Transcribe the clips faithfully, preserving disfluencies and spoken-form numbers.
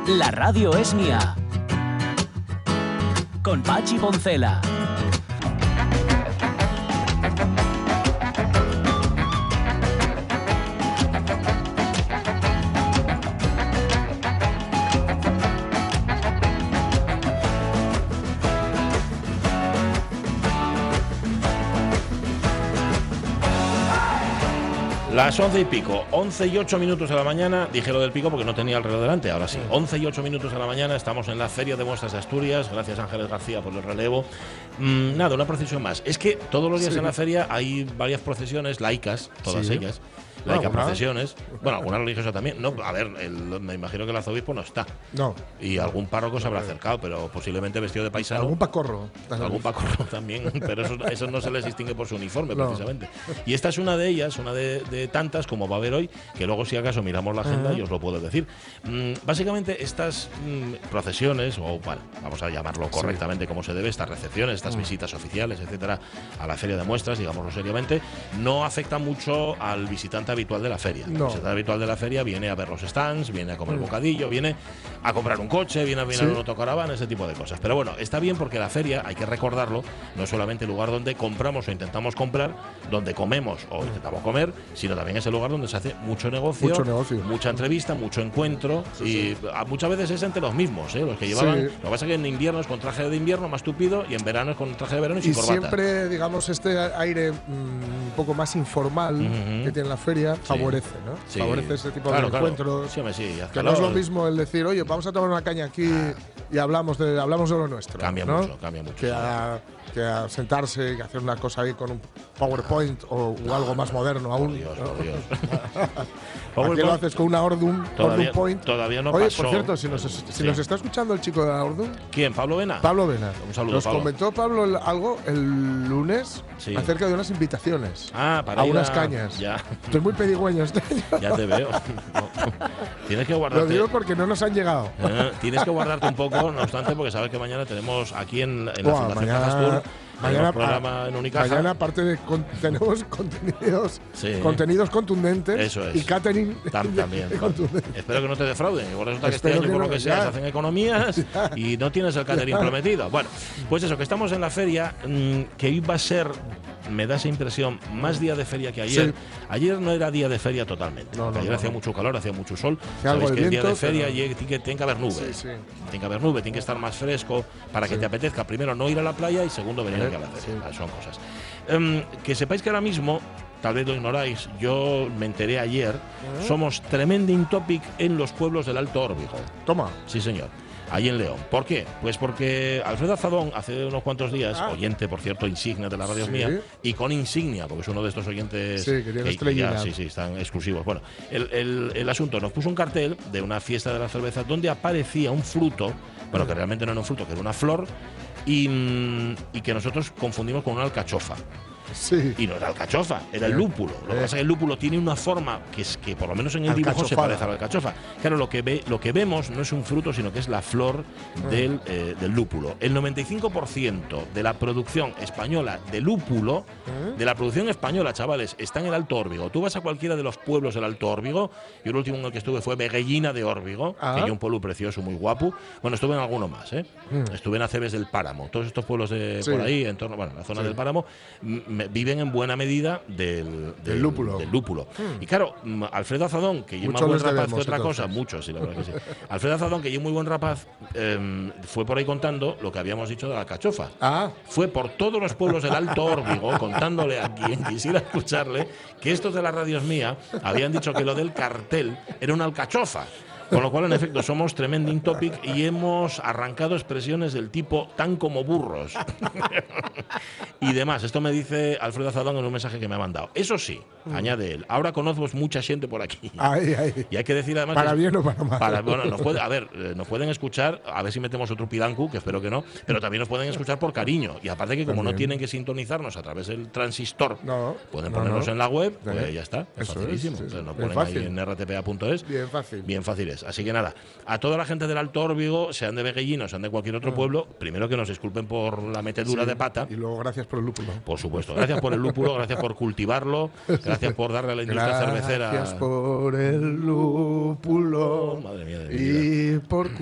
La radio es mía. Con Pachi Poncela. Las once y pico, once y ocho minutos de la mañana, dije lo del pico porque no tenía el reloj delante, ahora sí, once y ocho minutos de la mañana, estamos en la Feria de Muestras de Asturias, gracias Ángeles García por el relevo. Mm, nada, una procesión más. Es que todos los días sí. en la feria hay varias procesiones laicas, todas sí. ellas. Laicas procesiones, bueno, alguna religiosa también. No, a ver, el, me imagino que el arzobispo no está. No. Y algún párroco se habrá acercado, pero posiblemente vestido de paisano. Algún pacorro. Algún pacorro también, pero eso, eso no se les distingue por su uniforme, no. precisamente. Y esta es una de ellas, una de, de tantas como va a haber hoy, que luego si acaso miramos la agenda uh-huh. y os lo puedo decir. Mm, básicamente estas mm, procesiones, o bueno, vamos a llamarlo correctamente sí. como se debe, estas recepciones, estas uh-huh. visitas oficiales, etcétera, a la feria de muestras, digámoslo seriamente, no afectan mucho al visitante habitual de la feria. No. El visitante habitual de la feria viene a ver los stands, viene a comer mm. bocadillo, viene a comprar un coche, viene a venir sí. a un autocaravana, ese tipo de cosas. Pero bueno, está bien porque la feria, hay que recordarlo, no es solamente el lugar donde compramos o intentamos comprar, donde comemos o intentamos comer, sino también es el lugar donde se hace mucho negocio, mucho negocio. mucha entrevista, mucho encuentro sí, y sí. muchas veces es entre los mismos, ¿eh? los que llevaban. Sí. Lo que pasa es que en invierno es con traje de invierno más tupido y en verano es con traje de verano y, y sin corbata. Y siempre, digamos, este aire mmm, un poco más informal uh-huh. que tiene la feria favorece, ¿no? Sí. Favorece ese tipo claro, de claro. encuentros. Sí, sí, que no es lo mismo el decir, oye, vamos a tomar una caña aquí ah. y hablamos de hablamos de lo nuestro. Cambia ¿no? mucho, cambia mucho. Que a, que a sentarse y hacer una cosa ahí con un PowerPoint o, o algo más moderno aún. Por Dios, ¿no? por Dios. ¿Por qué lo haces con una Ordum? Todavía, Ordum Point. Todavía no Oye, pasó. por cierto, si nos, si sí. nos está escuchando el chico de la Ordum. ¿Quién? ¿Pablo Vena? Pablo Vena. Un saludo, Nos Pablo. comentó Pablo el, algo el lunes sí. acerca de unas invitaciones. Ah, para a ir unas a... cañas. Ya. Estoy muy pedigüeño este año. Ya te veo. No. Tienes que guardarte. Lo digo porque no nos han llegado. Eh, tienes que guardarte un poco, no obstante, porque sabes que mañana tenemos aquí en, en la Buah, Fundación mañana, Cajastur mañana, programa en Unicaja. Mañana, aparte de con, tenemos contenidos, sí. contenidos contundentes. Eso es. Y catering Tam, también. Contundente. Espero que no te defrauden. Igual resulta que Espero este año, que por no, lo que sea, ya. se hacen economías ya. y no tienes el catering ya. prometido. Bueno, pues eso, que estamos en la feria, mmm, que iba a ser, me da esa impresión, más día de feria que ayer. Sí. Ayer no era día de feria totalmente. No, no, ayer no, hacía no. mucho calor, hacía mucho sol. Sí, Sabéis que el día de feria pero... tiene, que, tiene que haber nube. Sí, sí. Tiene que haber nube, tiene que estar más fresco para que sí. te apetezca, primero, no ir a la playa y segundo, venir aquí a la feria. Sí. Son cosas. Um, que sepáis que ahora mismo, tal vez lo ignoráis, yo me enteré ayer, uh-huh. somos tremending topic en los pueblos del Alto Órbigo. Toma. Sí, señor. Ahí en León. ¿Por qué? Pues porque Alfredo Azadón, hace unos cuantos días, ah. oyente, por cierto, insignia de la radio sí. mía, y con insignia, porque es uno de estos oyentes sí, que, que, que ya, sí, sí, están exclusivos. Bueno, el, el, el asunto, nos puso un cartel de una fiesta de la cerveza donde aparecía un fruto, bueno, que realmente no era un fruto, que era una flor, y, y que nosotros confundimos con una alcachofa. Sí. Y no era alcachofa, era el lúpulo. Lo que pasa es que el lúpulo tiene una forma que es que por lo menos en el dibujo se parece a la alcachofa. Claro, lo que ve, lo que vemos no es un fruto, sino que es la flor mm. del, eh, del lúpulo. El noventa y cinco por ciento de la producción española de lúpulo, mm. de la producción española, chavales, está en el Alto Órbigo. Tú vas a cualquiera de los pueblos del Alto Órbigo, yo el último en el que estuve fue Veguellina de Órbigo, ah. que es un pueblo precioso, muy guapo. Bueno, estuve en alguno más, ¿eh? Mm. Estuve en Acebes del Páramo. Todos estos pueblos de sí. por ahí, en torno, bueno, la zona sí. del Páramo, m- viven en buena medida del, del, del lúpulo. Del lúpulo. Hmm. Y claro, Alfredo Azadón, que es más buen rapaz que otra entonces. cosa, muchos, sí, la verdad que sí. Alfredo Azadón, que es muy buen rapaz, eh, fue por ahí contando lo que habíamos dicho de la alcachofa. Ah. Fue por todos los pueblos del Alto Órbigo, contándole a quien quisiera escucharle, que estos de la radio es mía habían dicho que lo del cartel era una alcachofa. Con lo cual, en efecto, somos tremending topic y hemos arrancado expresiones del tipo tan como burros y demás. Esto me dice Alfredo Azadón en un mensaje que me ha mandado. Eso sí, mm. añade él, ahora conozco mucha gente por aquí. Ay, ay. Y hay que decir además… ¿Para que, bien o para mal? Para, bueno, nos puede, a ver, eh, nos pueden escuchar, a ver si metemos otro pidancu, que espero que no, pero también nos pueden escuchar por cariño. Y aparte que como también. no tienen que sintonizarnos a través del transistor, no, pueden no, ponernos no. en la web, pues ¿Eh? ya está. Es Eso facilísimo. Es, sí, sí. Entonces nos Bien ponen fácil. ahí en r t p a punto es. Bien fácil. Bien fácil es. Así que nada, a toda la gente del Alto Órbigo, sean de Veguellino, sean de cualquier otro pueblo, primero que nos disculpen por la metedura sí, de pata. Y luego gracias por el lúpulo. Por supuesto. Gracias por el lúpulo, gracias por cultivarlo, gracias por darle a la industria gracias cervecera. Gracias por el lúpulo. Madre mía de mi vida. Y ti por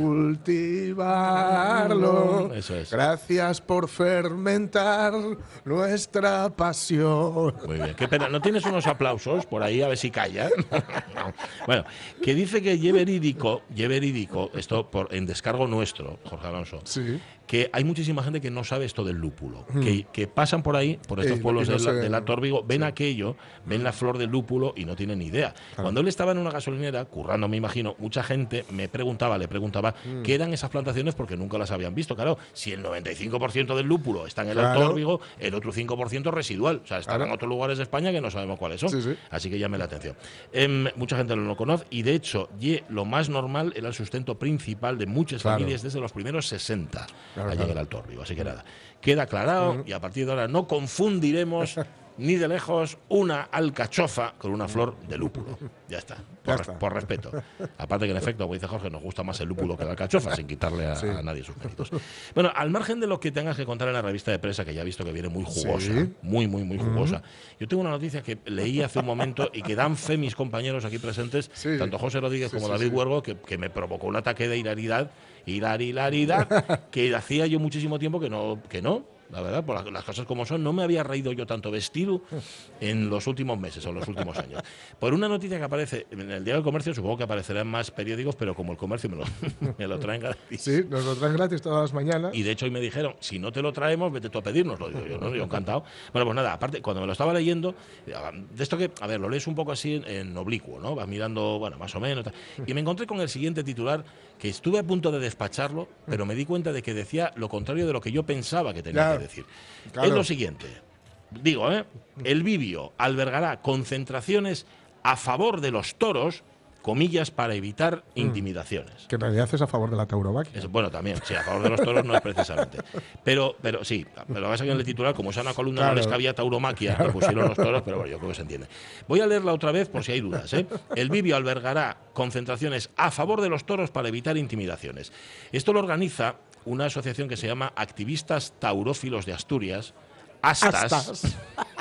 cultivarlo. Eso es. Gracias por fermentar nuestra pasión. Muy bien. Qué pena. ¿No tienes unos aplausos por ahí a ver si calla? No. Bueno, que dice que ye verídico, ye verídico, esto por, en descargo nuestro, Jorge Alonso, Sí. que hay muchísima gente que no sabe esto del lúpulo, mm. que, que pasan por ahí, por estos y, pueblos y no de, la, se, de la Tórbigo, ven sí. aquello, ven la flor del lúpulo y no tienen ni idea. Claro. Cuando él estaba en una gasolinera, currando me imagino, mucha gente me preguntaba, le preguntaba, mm. qué eran esas plantaciones porque nunca las habían visto. Claro, si el noventa y cinco por ciento del lúpulo está en el claro. Tórbigo, el otro cinco por ciento residual. O sea, están claro. en otros lugares de España que no sabemos cuáles son. Sí, sí. Así que llame la atención. Eh, mucha gente no lo conoce y, de hecho, ye, lo más normal era el sustento principal de muchas claro. familias desde los primeros sesenta claro, a llegar claro. al Tórbigo. Así que nada, queda aclarado uh-huh. y a partir de ahora no confundiremos ni de lejos una alcachofa con una flor de lúpulo. Ya está, por, ya está. por respeto. Aparte que en efecto, como dice Jorge, nos gusta más el lúpulo que la alcachofa, sin quitarle a, sí. a nadie sus méritos. Bueno, al margen de lo que tengas que contar en la revista de prensa, que ya he visto que viene muy jugosa, sí. muy, muy, muy jugosa, uh-huh. yo tengo una noticia que leí hace un momento y que dan fe mis compañeros aquí presentes, sí. tanto José Rodríguez sí, como sí, David sí. Huergo, que, que me provocó un ataque de hilaridad, hilarilaridad, que hacía yo muchísimo tiempo que no, que no. La verdad, por las cosas como son, no me había reído yo tanto vestido en los últimos meses o en los últimos años. Por una noticia que aparece en el Diario del Comercio, supongo que aparecerá en más periódicos, pero como el Comercio me lo, me lo traen gratis. Sí, nos lo traen gratis todas las mañanas. Y de hecho hoy me dijeron, si no te lo traemos, vete tú a pedírnoslo. Digo yo, no, yo encantado. Bueno, pues nada, aparte, cuando me lo estaba leyendo, de esto que, a ver, lo lees un poco así en, en oblicuo, ¿no? Vas mirando, bueno, más o menos. Tal, y me encontré con el siguiente titular, que estuve a punto de despacharlo, pero me di cuenta de que decía lo contrario de lo que yo pensaba que tenía claro. que decir. Claro. Es lo siguiente, digo, ¿eh? El Bibio albergará concentraciones a favor de los toros, comillas, para evitar mm. intimidaciones. Que en realidad es a favor de la tauromaquia. Eso, bueno, también, sí, a favor de los toros no es precisamente. Pero, pero sí, pero lo que pasa es que en el titular, como es una columna claro. no les cabía tauromaquia, claro. le pusieron los toros, pero bueno, yo creo que se entiende. Voy a leerla otra vez por si hay dudas, ¿eh? El Bibio albergará concentraciones a favor de los toros para evitar intimidaciones. Esto lo organiza una asociación que se llama Activistas Taurófilos de Asturias, Astas. Astas.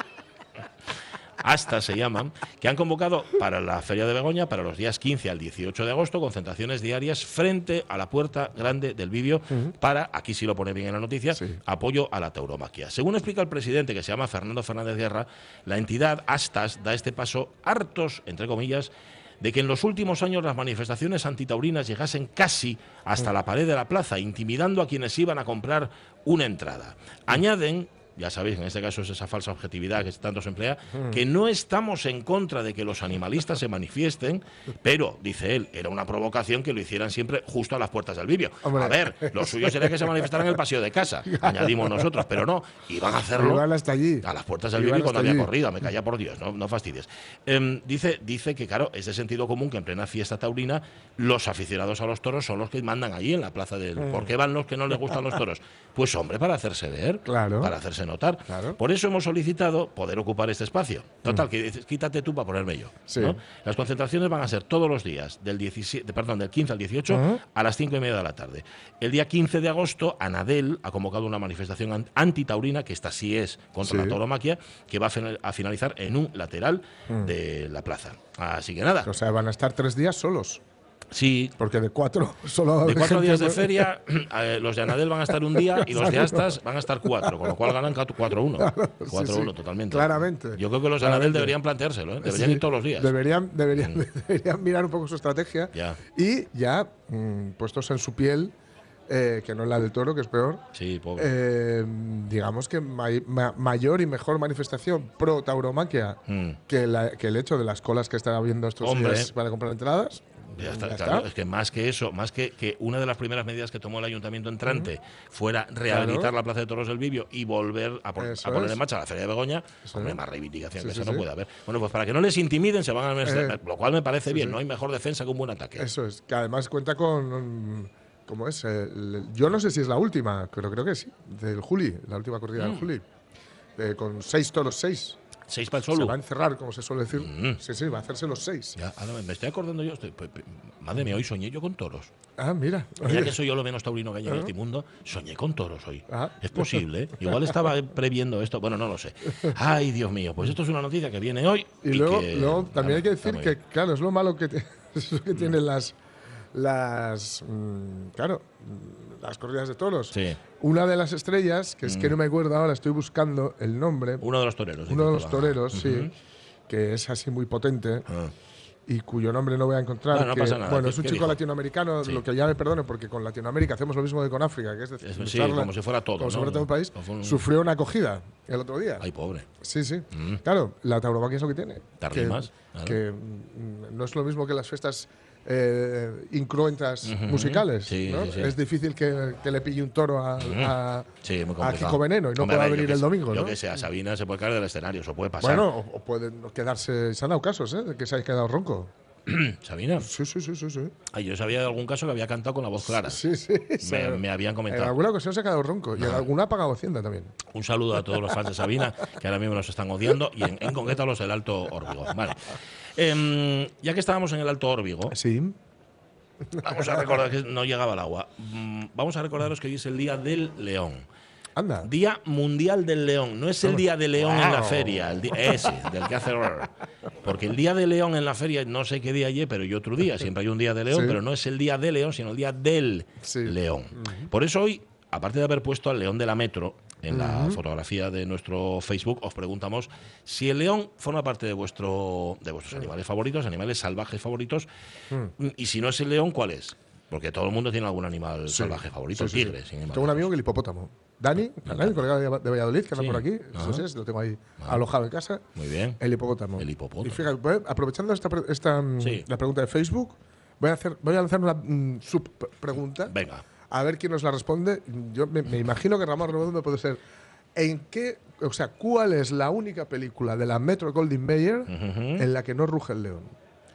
Astas se llaman, que han convocado para la Feria de Begoña, para los días quince al dieciocho de agosto, concentraciones diarias frente a la Puerta Grande del Bibio uh-huh. para, aquí sí lo pone bien en la noticia, sí. apoyo a la tauromaquia. Según explica el presidente, que se llama Fernando Fernández Guerra, la entidad Astas da este paso hartos, entre comillas, de que en los últimos años las manifestaciones antitaurinas llegasen casi hasta la pared de la plaza, intimidando a quienes iban a comprar una entrada. Añaden, ya sabéis, en este caso es esa falsa objetividad que tanto se emplea, que no estamos en contra de que los animalistas se manifiesten, pero, dice él, era una provocación que lo hicieran siempre justo a las puertas del Bibio. Hombre. A ver, lo suyo sería que se manifestaran en el paseo de casa, añadimos nosotros, pero no, iban a hacerlo iban hasta allí. a las puertas del Bibio cuando había allí. corrida, me calla por Dios, no, no fastidies. Eh, dice, dice que, claro, es de sentido común que en plena fiesta taurina los aficionados a los toros son los que mandan allí en la plaza del... Mm. ¿Por qué van los que no les gustan los toros? Pues, hombre, para hacerse ver, claro. para hacerse notar. Claro. Por eso hemos solicitado poder ocupar este espacio. Total, mm. que dices, quítate tú para ponerme yo. Sí. ¿no? Las concentraciones van a ser todos los días, del, diecisiete, perdón, del quince al dieciocho, uh-huh. a las cinco y media de la tarde. El día quince de agosto, Anadel ha convocado una manifestación antitaurina, que esta sí es contra sí. la tauromaquia, que va a finalizar en un lateral mm. de la plaza. Así que nada. O sea, van a estar tres días solos. Sí. Porque de cuatro solo de cuatro días de feria, eh, los de Anadel van a estar un día y los de Astas van a estar cuatro, con lo cual ganan cuatro uno. cuatro uno, sí, sí. totalmente. Claramente. Yo creo que los de Anadel deberían planteárselo, ¿eh? Deberían sí. ir todos los días. Deberían, deberían, mm. deberían mirar un poco su estrategia. Ya. Y ya, mmm, puestos en su piel, eh, que no es la del toro, que es peor. Sí, pobre. Eh, digamos que may, ma, mayor y mejor manifestación pro tauromaquia mm. que, la, que el hecho de las colas que están habiendo estos Hombre. días para comprar entradas. Ya está, ya claro, está. Es que más que eso, más que, que una de las primeras medidas que tomó el ayuntamiento entrante uh-huh. fuera rehabilitar claro. la Plaza de Toros del Bibio y volver a, por, a poner en marcha la Feria de Begoña, hombre, más reivindicación sí, que sí, eso sí. no puede haber. Bueno, pues para que no les intimiden se van a eh, lo cual me parece sí, bien, sí. no hay mejor defensa que un buen ataque. Eso es, que además cuenta con, ¿cómo es? El, yo no sé si es la última, pero creo que sí, del Juli, la última corrida mm. del Juli, eh, con seis toros, seis. Seis para el solo. Se va a encerrar, como se suele decir. Mm. Sí, sí, va a hacerse los seis. Ya, ahora me estoy acordando yo. Estoy, pues, madre mía, hoy soñé yo con toros. Ah, mira. Mira que soy yo lo menos taurino que hay en este mundo. Soñé con toros hoy. Ah. Es posible, ¿eh? Igual estaba previendo esto. Bueno, no lo sé. Ay, Dios mío. Pues esto es una noticia que viene hoy. Y, y luego, que, luego también hay que decir que, claro, es lo malo que, te, es lo que tienen las, las, mmm, claro, las corridas de toros. Sí. Una de las estrellas, que es Mm. que no me acuerdo ahora, estoy buscando el nombre. Uno de los toreros. Uno de dices los tú, ah. toreros, Ujú. sí, que es así muy potente. Ah. Y cuyo nombre no voy a encontrar. Bueno, no que, pasa nada. Bueno, ¿Qué- es un qué chico dijo? latinoamericano, Sí. lo que ya me perdone, porque con Latinoamérica hacemos lo mismo que con África, que es decir, Eso sí, usarla como si fuera todo, como si ¿no? fuera todo un país. Como fue un- Sufrió una acogida el otro día. Ay, pobre. Sí, sí. Mm. Claro, la tauromaquia es lo que tiene. Te que, arrimas, claro. que mm, no es lo mismo que las fiestas eh, incruentas Ujú. musicales. Sí, ¿no? sí, sí. Es difícil que, que le pille un toro a, a, Sí, muy a complicado. Kiko Veneno y no Hombre, a pueda ver, yo venir que el sé- domingo. Yo ¿no? que sé, a Sabina se puede caer del escenario, eso puede pasar. Bueno, o, o pueden quedarse. Se han dado casos, ¿eh? De que se haya quedado ronco. ¿Sabina? Sí, sí, sí, sí. sí. Ay, yo sabía de algún caso que había cantado con la voz clara. Sí, sí. Me, me habían En comentado. alguna ocasión se ha quedado ronco y en alguna ha pagado Hacienda también. Un saludo a todos los fans de Sabina, que ahora mismo nos están odiando, y en, en concreto a los del Alto Órbigo. Vale. Em, ya que estábamos en el Alto Órbigo, Sí. vamos a recordar que no llegaba el agua. Mm, Vamos a recordaros que hoy es el Día del León. Anda. Día Mundial del León. No es el Día del León en la Wow. feria, el di- ese, del que hace horror. Porque el Día del León en la feria, no sé qué día hay, pero hay otro día. Siempre hay un Día de León, Sí. pero no es el Día del León, sino el Día del Sí. León. Por eso hoy, aparte de haber puesto al León de la Metro en la fotografía de nuestro Facebook, os preguntamos si el león forma parte de vuestro de vuestros animales favoritos, animales salvajes favoritos, y si no es el león, ¿cuál es? Porque todo el mundo tiene algún animal Sí. salvaje favorito, Sí, sí, tigre, sí. sin embargo. Tengo un amigo que el hipopótamo. Dani, Dani, colega de de Valladolid, que anda Sí. por aquí. Ajá. Eso sí, lo tengo ahí Ah. alojado en casa. Muy bien. El hipopótamo. El hipopótamo. Y fíjate, pues, aprovechando esta, pre- esta mm, Sí. la pregunta de Facebook, voy a hacer, voy a lanzar una mm, subpregunta. Venga. A ver quién nos la responde. Yo me, me imagino que Ramón Redondo puede ser. ¿En qué, o sea, cuál es la única película de la Metro Goldwyn Mayer Ujú. en la que no ruge el león?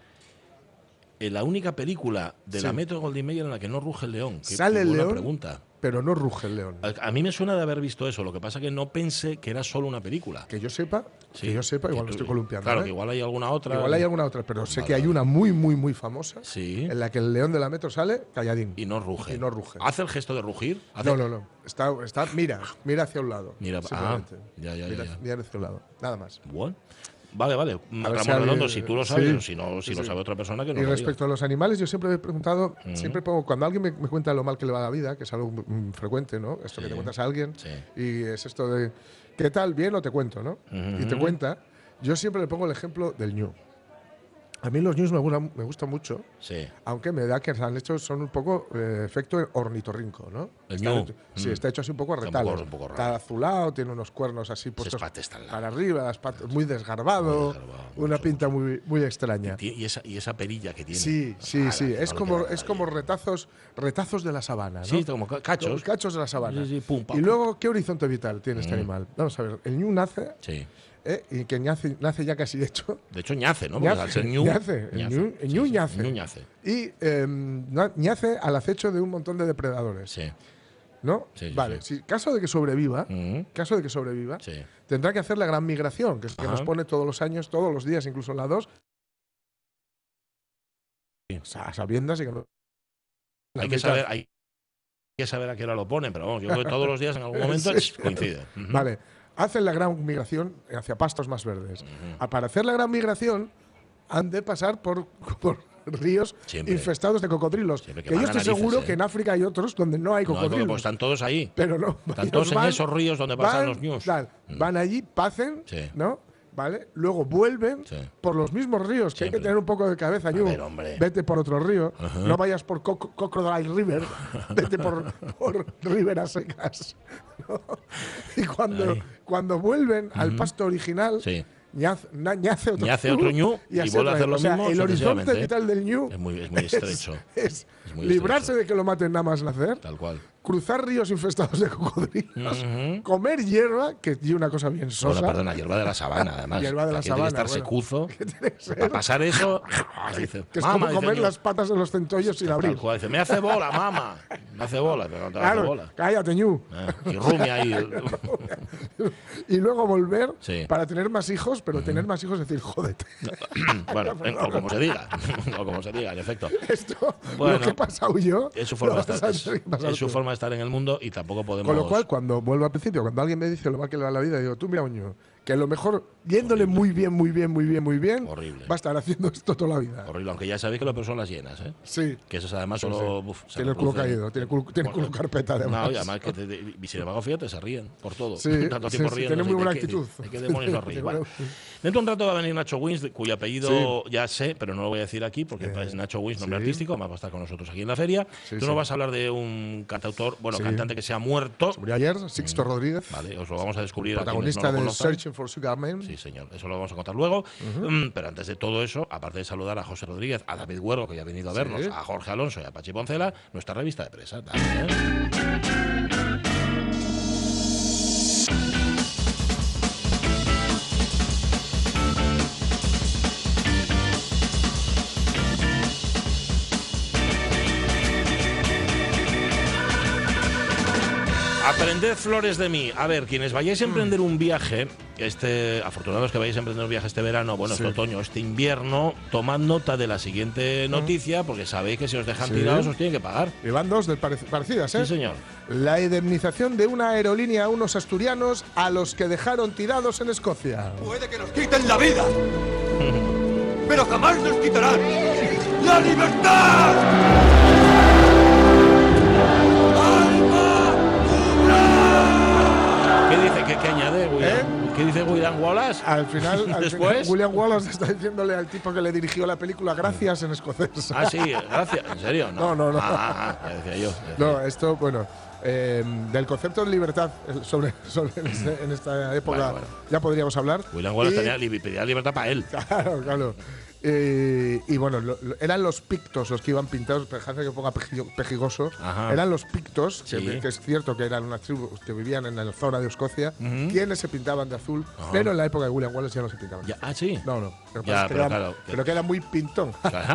Eh, la única película de Sí. la Metro Goldwyn Mayer en la que no ruge el león. Qué, Sale qué el buena león. pregunta. Pero no ruge el león. A, a mí me suena de haber visto eso. Lo que pasa que no pensé que era solo una película. Que yo sepa, Sí, que yo sepa, igual que me tú- estoy columpiando. Claro, ¿eh? que igual hay alguna otra. Igual hay alguna otra, pero sé Vale, que hay vale. una muy, muy, muy famosa Sí. en la que el león de la Metro sale calladín. Y no ruge. Y no ruge. ¿Hace el gesto de rugir? ¿Hace- No, no, no. Está, está, mira, mira hacia un lado. Mira, simplemente. ah, ya, ya, ya, mira, ya. mira hacia un lado. Nada más. Bueno. Vale, vale. Ramón si alguien- Redondo, si tú lo sabes, sí, o si no, si sí, lo sí. sabe otra persona, que no Y lo respecto a los animales, yo siempre he preguntado, Mm. siempre pongo, cuando alguien me, me cuenta lo mal que le va la vida, que es algo mm, frecuente, ¿no? Esto que Sí. te cuentas a alguien, Sí. y es esto de, ¿qué tal? ¿Bien o te cuento, no? Y te Ujú. cuenta, yo siempre le pongo el ejemplo del ñu. A mí los ñus me gustan, me gustan mucho, Sí. aunque me da que han hecho, son un poco eh, efecto ornitorrinco, ¿no? El Está ñu. hecho- sí, Mm. está hecho así un poco a Está un retales. poco- un poco raro. Está azulado, tiene unos cuernos así puestos patas tan para largas. arriba, las patas, muy desgarbado, Muy desgarbado, una mucho, pinta muy, muy extraña. Ti- Y esa, y esa perilla que tiene. Sí, sí, Ah, sí. que Es no le como, queda es nada como bien. retazos, retazos de la sabana, ¿no? Sí, como ca- cachos. Los cachos de la sabana. Sí, sí, pum, pam, y pum. luego, ¿qué horizonte vital tiene este Mm. animal? Vamos a ver, el ñu nace, Sí. eh, y que nace, nace ya casi hecho, De hecho, ñace, ¿no? Porque Ñace, al ser ñu. ñace, el ñu- el ñu ñace. ñu ñace. y eh, na- nace al acecho de un montón de depredadores, Sí. ¿no? Sí, sí, vale, sí. si caso de que sobreviva, Mm. caso de que sobreviva, Sí. tendrá que hacer la gran migración, que es que Ajá. nos pone todos los años, todos los días, incluso en la dos, Sí. a sabiendas y que no- la Hay que, mitad. saber, hay que saber a qué hora lo ponen, pero vamos, yo creo que todos los días en algún momento Sí. coincide. Ujú. Vale, hacen la gran migración hacia pastos más verdes. Al Para hacer la gran migración han de pasar por, por ríos Siempre. infestados de cocodrilos. Siempre que que yo van a estoy narices, seguro ¿eh? que en África hay otros donde no hay No, cocodrilos. pues están todos ahí. pero no, Están ellos todos en van- esos ríos donde pasan van, los ñus. tal, Mm. van allí, pasen, Sí. ¿no? ¿Vale? Luego vuelven Sí. por los mismos ríos, que hay Siempre. que tener un poco de cabeza, ñu. ver, hombre. Vete por otro río, Ajá. no vayas por Coco- Crocodile River, vete por, por riberas secas. ¿no? Y cuando, Ay. cuando vuelven al pasto original, Sí. ñaz- na- ñace otro, Ñace otro ñu y así vuelve a otra hacer vez. lo O sea, mismo el horizonte sucesivamente, ¿eh? vital del ñu Es muy, es muy estrecho. es, Es muy librarse estrecho. de que lo maten nada más nacer, Tal cual. cruzar ríos infestados de cocodrilos, Ujú. comer hierba, que tiene una cosa bien sosa. Bueno, perdona, hierba de la sabana, además. Hierba de la Aquí sabana, Tiene que estar bueno. secuzo. Que tiene que ser- Para pasar eso. dice, que es "Mama", como dice comer el las ñu. patas de los centollos sin Tal abrir. cual, dice, me hace bola, mamá. Me hace bola, pero no te hace Claro, bola. cállate, ñu. Eh, y rumia ahí. Y luego volver Sí. para tener más hijos, pero tener más hijos es decir, jódete. bueno, en- o como se diga. O como se diga, en efecto. Esto, Bueno, lo que he pasado yo, Es su forma, lo de vas estar, a es, tener que pasar es su tú. forma de estar en el mundo y tampoco podemos. Con lo cual, cuando vuelvo al principio, cuando alguien me dice lo mal que le va la vida, digo, tú mira, Uño, que a lo mejor, yéndole Horrible. muy bien, muy bien, muy bien, muy bien, Horrible. va a estar haciendo esto toda la vida. Horrible, aunque ya sabéis que los perros son las llenas, ¿eh? Sí. Que eso además Sí, solo. sí. uf, se Tiene el culo reproducen- caído, tiene culo, tiene culo carpeta además. No, y además que te, te- y sin embargo, fíjate, se ríen por todo. Sí, Tanto sí, tiempo sí, riendo. tiene muy buena ¿de qué- actitud. ¿De qué demonios nos ríen? Tiene Bueno, buena- dentro de un rato va a venir Nacho Wins, cuyo apellido ya sé, pero no lo voy a decir aquí porque Eh, es Nacho Wins, nombre sí. artístico, además va a estar con nosotros aquí en la feria. Sí, Tú sí. nos vas a hablar de un cantautor, bueno, Sí. cantante que se ha muerto. Se murió ayer, Sixto Rodríguez, Vale, os lo vamos a descubrir. a quienes protagonista no lo de conozcan. Searching for Sugar Man. Sí, señor. Eso lo vamos a contar luego. Mm, pero antes de todo eso, aparte de saludar a José Rodríguez, a David Huergo, que ya ha venido a vernos, Sí. a Jorge Alonso y a Pachi Poncela, nuestra revista de prensa. Dale, ¿eh? Aprended flores de mí. A ver, quienes vayáis a emprender un viaje, este, afortunados que vayáis a emprender un viaje este verano, bueno, este Sí. otoño, este invierno, tomad nota de la siguiente noticia, porque sabéis que si os dejan Sí. tirados os tienen que pagar. Y van dos del parec- parecidas, ¿eh? Sí, señor. La indemnización de una aerolínea a unos asturianos a los que dejaron tirados en Escocia. Puede que nos quiten la vida, pero jamás nos quitarán la libertad. ¿Qué dice? ¿Qué, qué añade, William? ¿Eh? ¿Qué dice William Wallace? Al final, al Después. final, William Wallace está diciéndole al tipo que le dirigió la película gracias en escocés. Ah, sí, gracias. ¿En serio? No, no, no. Ah, ya decía yo. ya decía No, esto, bueno, eh, del concepto de libertad eh, sobre, sobre en, este- en esta época Bueno, bueno. ya podríamos hablar. yo. William Wallace Y- tenía, li- pedía libertad para él. Claro, claro. Eh, y bueno, lo- lo- eran los pictos los que iban pintados, dejadme que ponga peji- pejigoso. Ajá. Eran los pictos, que, Sí. que es cierto que eran unas tribus que vivían en la zona de Escocia, Ujú. quienes se pintaban de azul, Ajá. pero en la época de William Wallace ya no se pintaban. Ya, ah, sí. No, no. Pero, Ya, pasa que pero era, claro, que- pero que era muy pintón.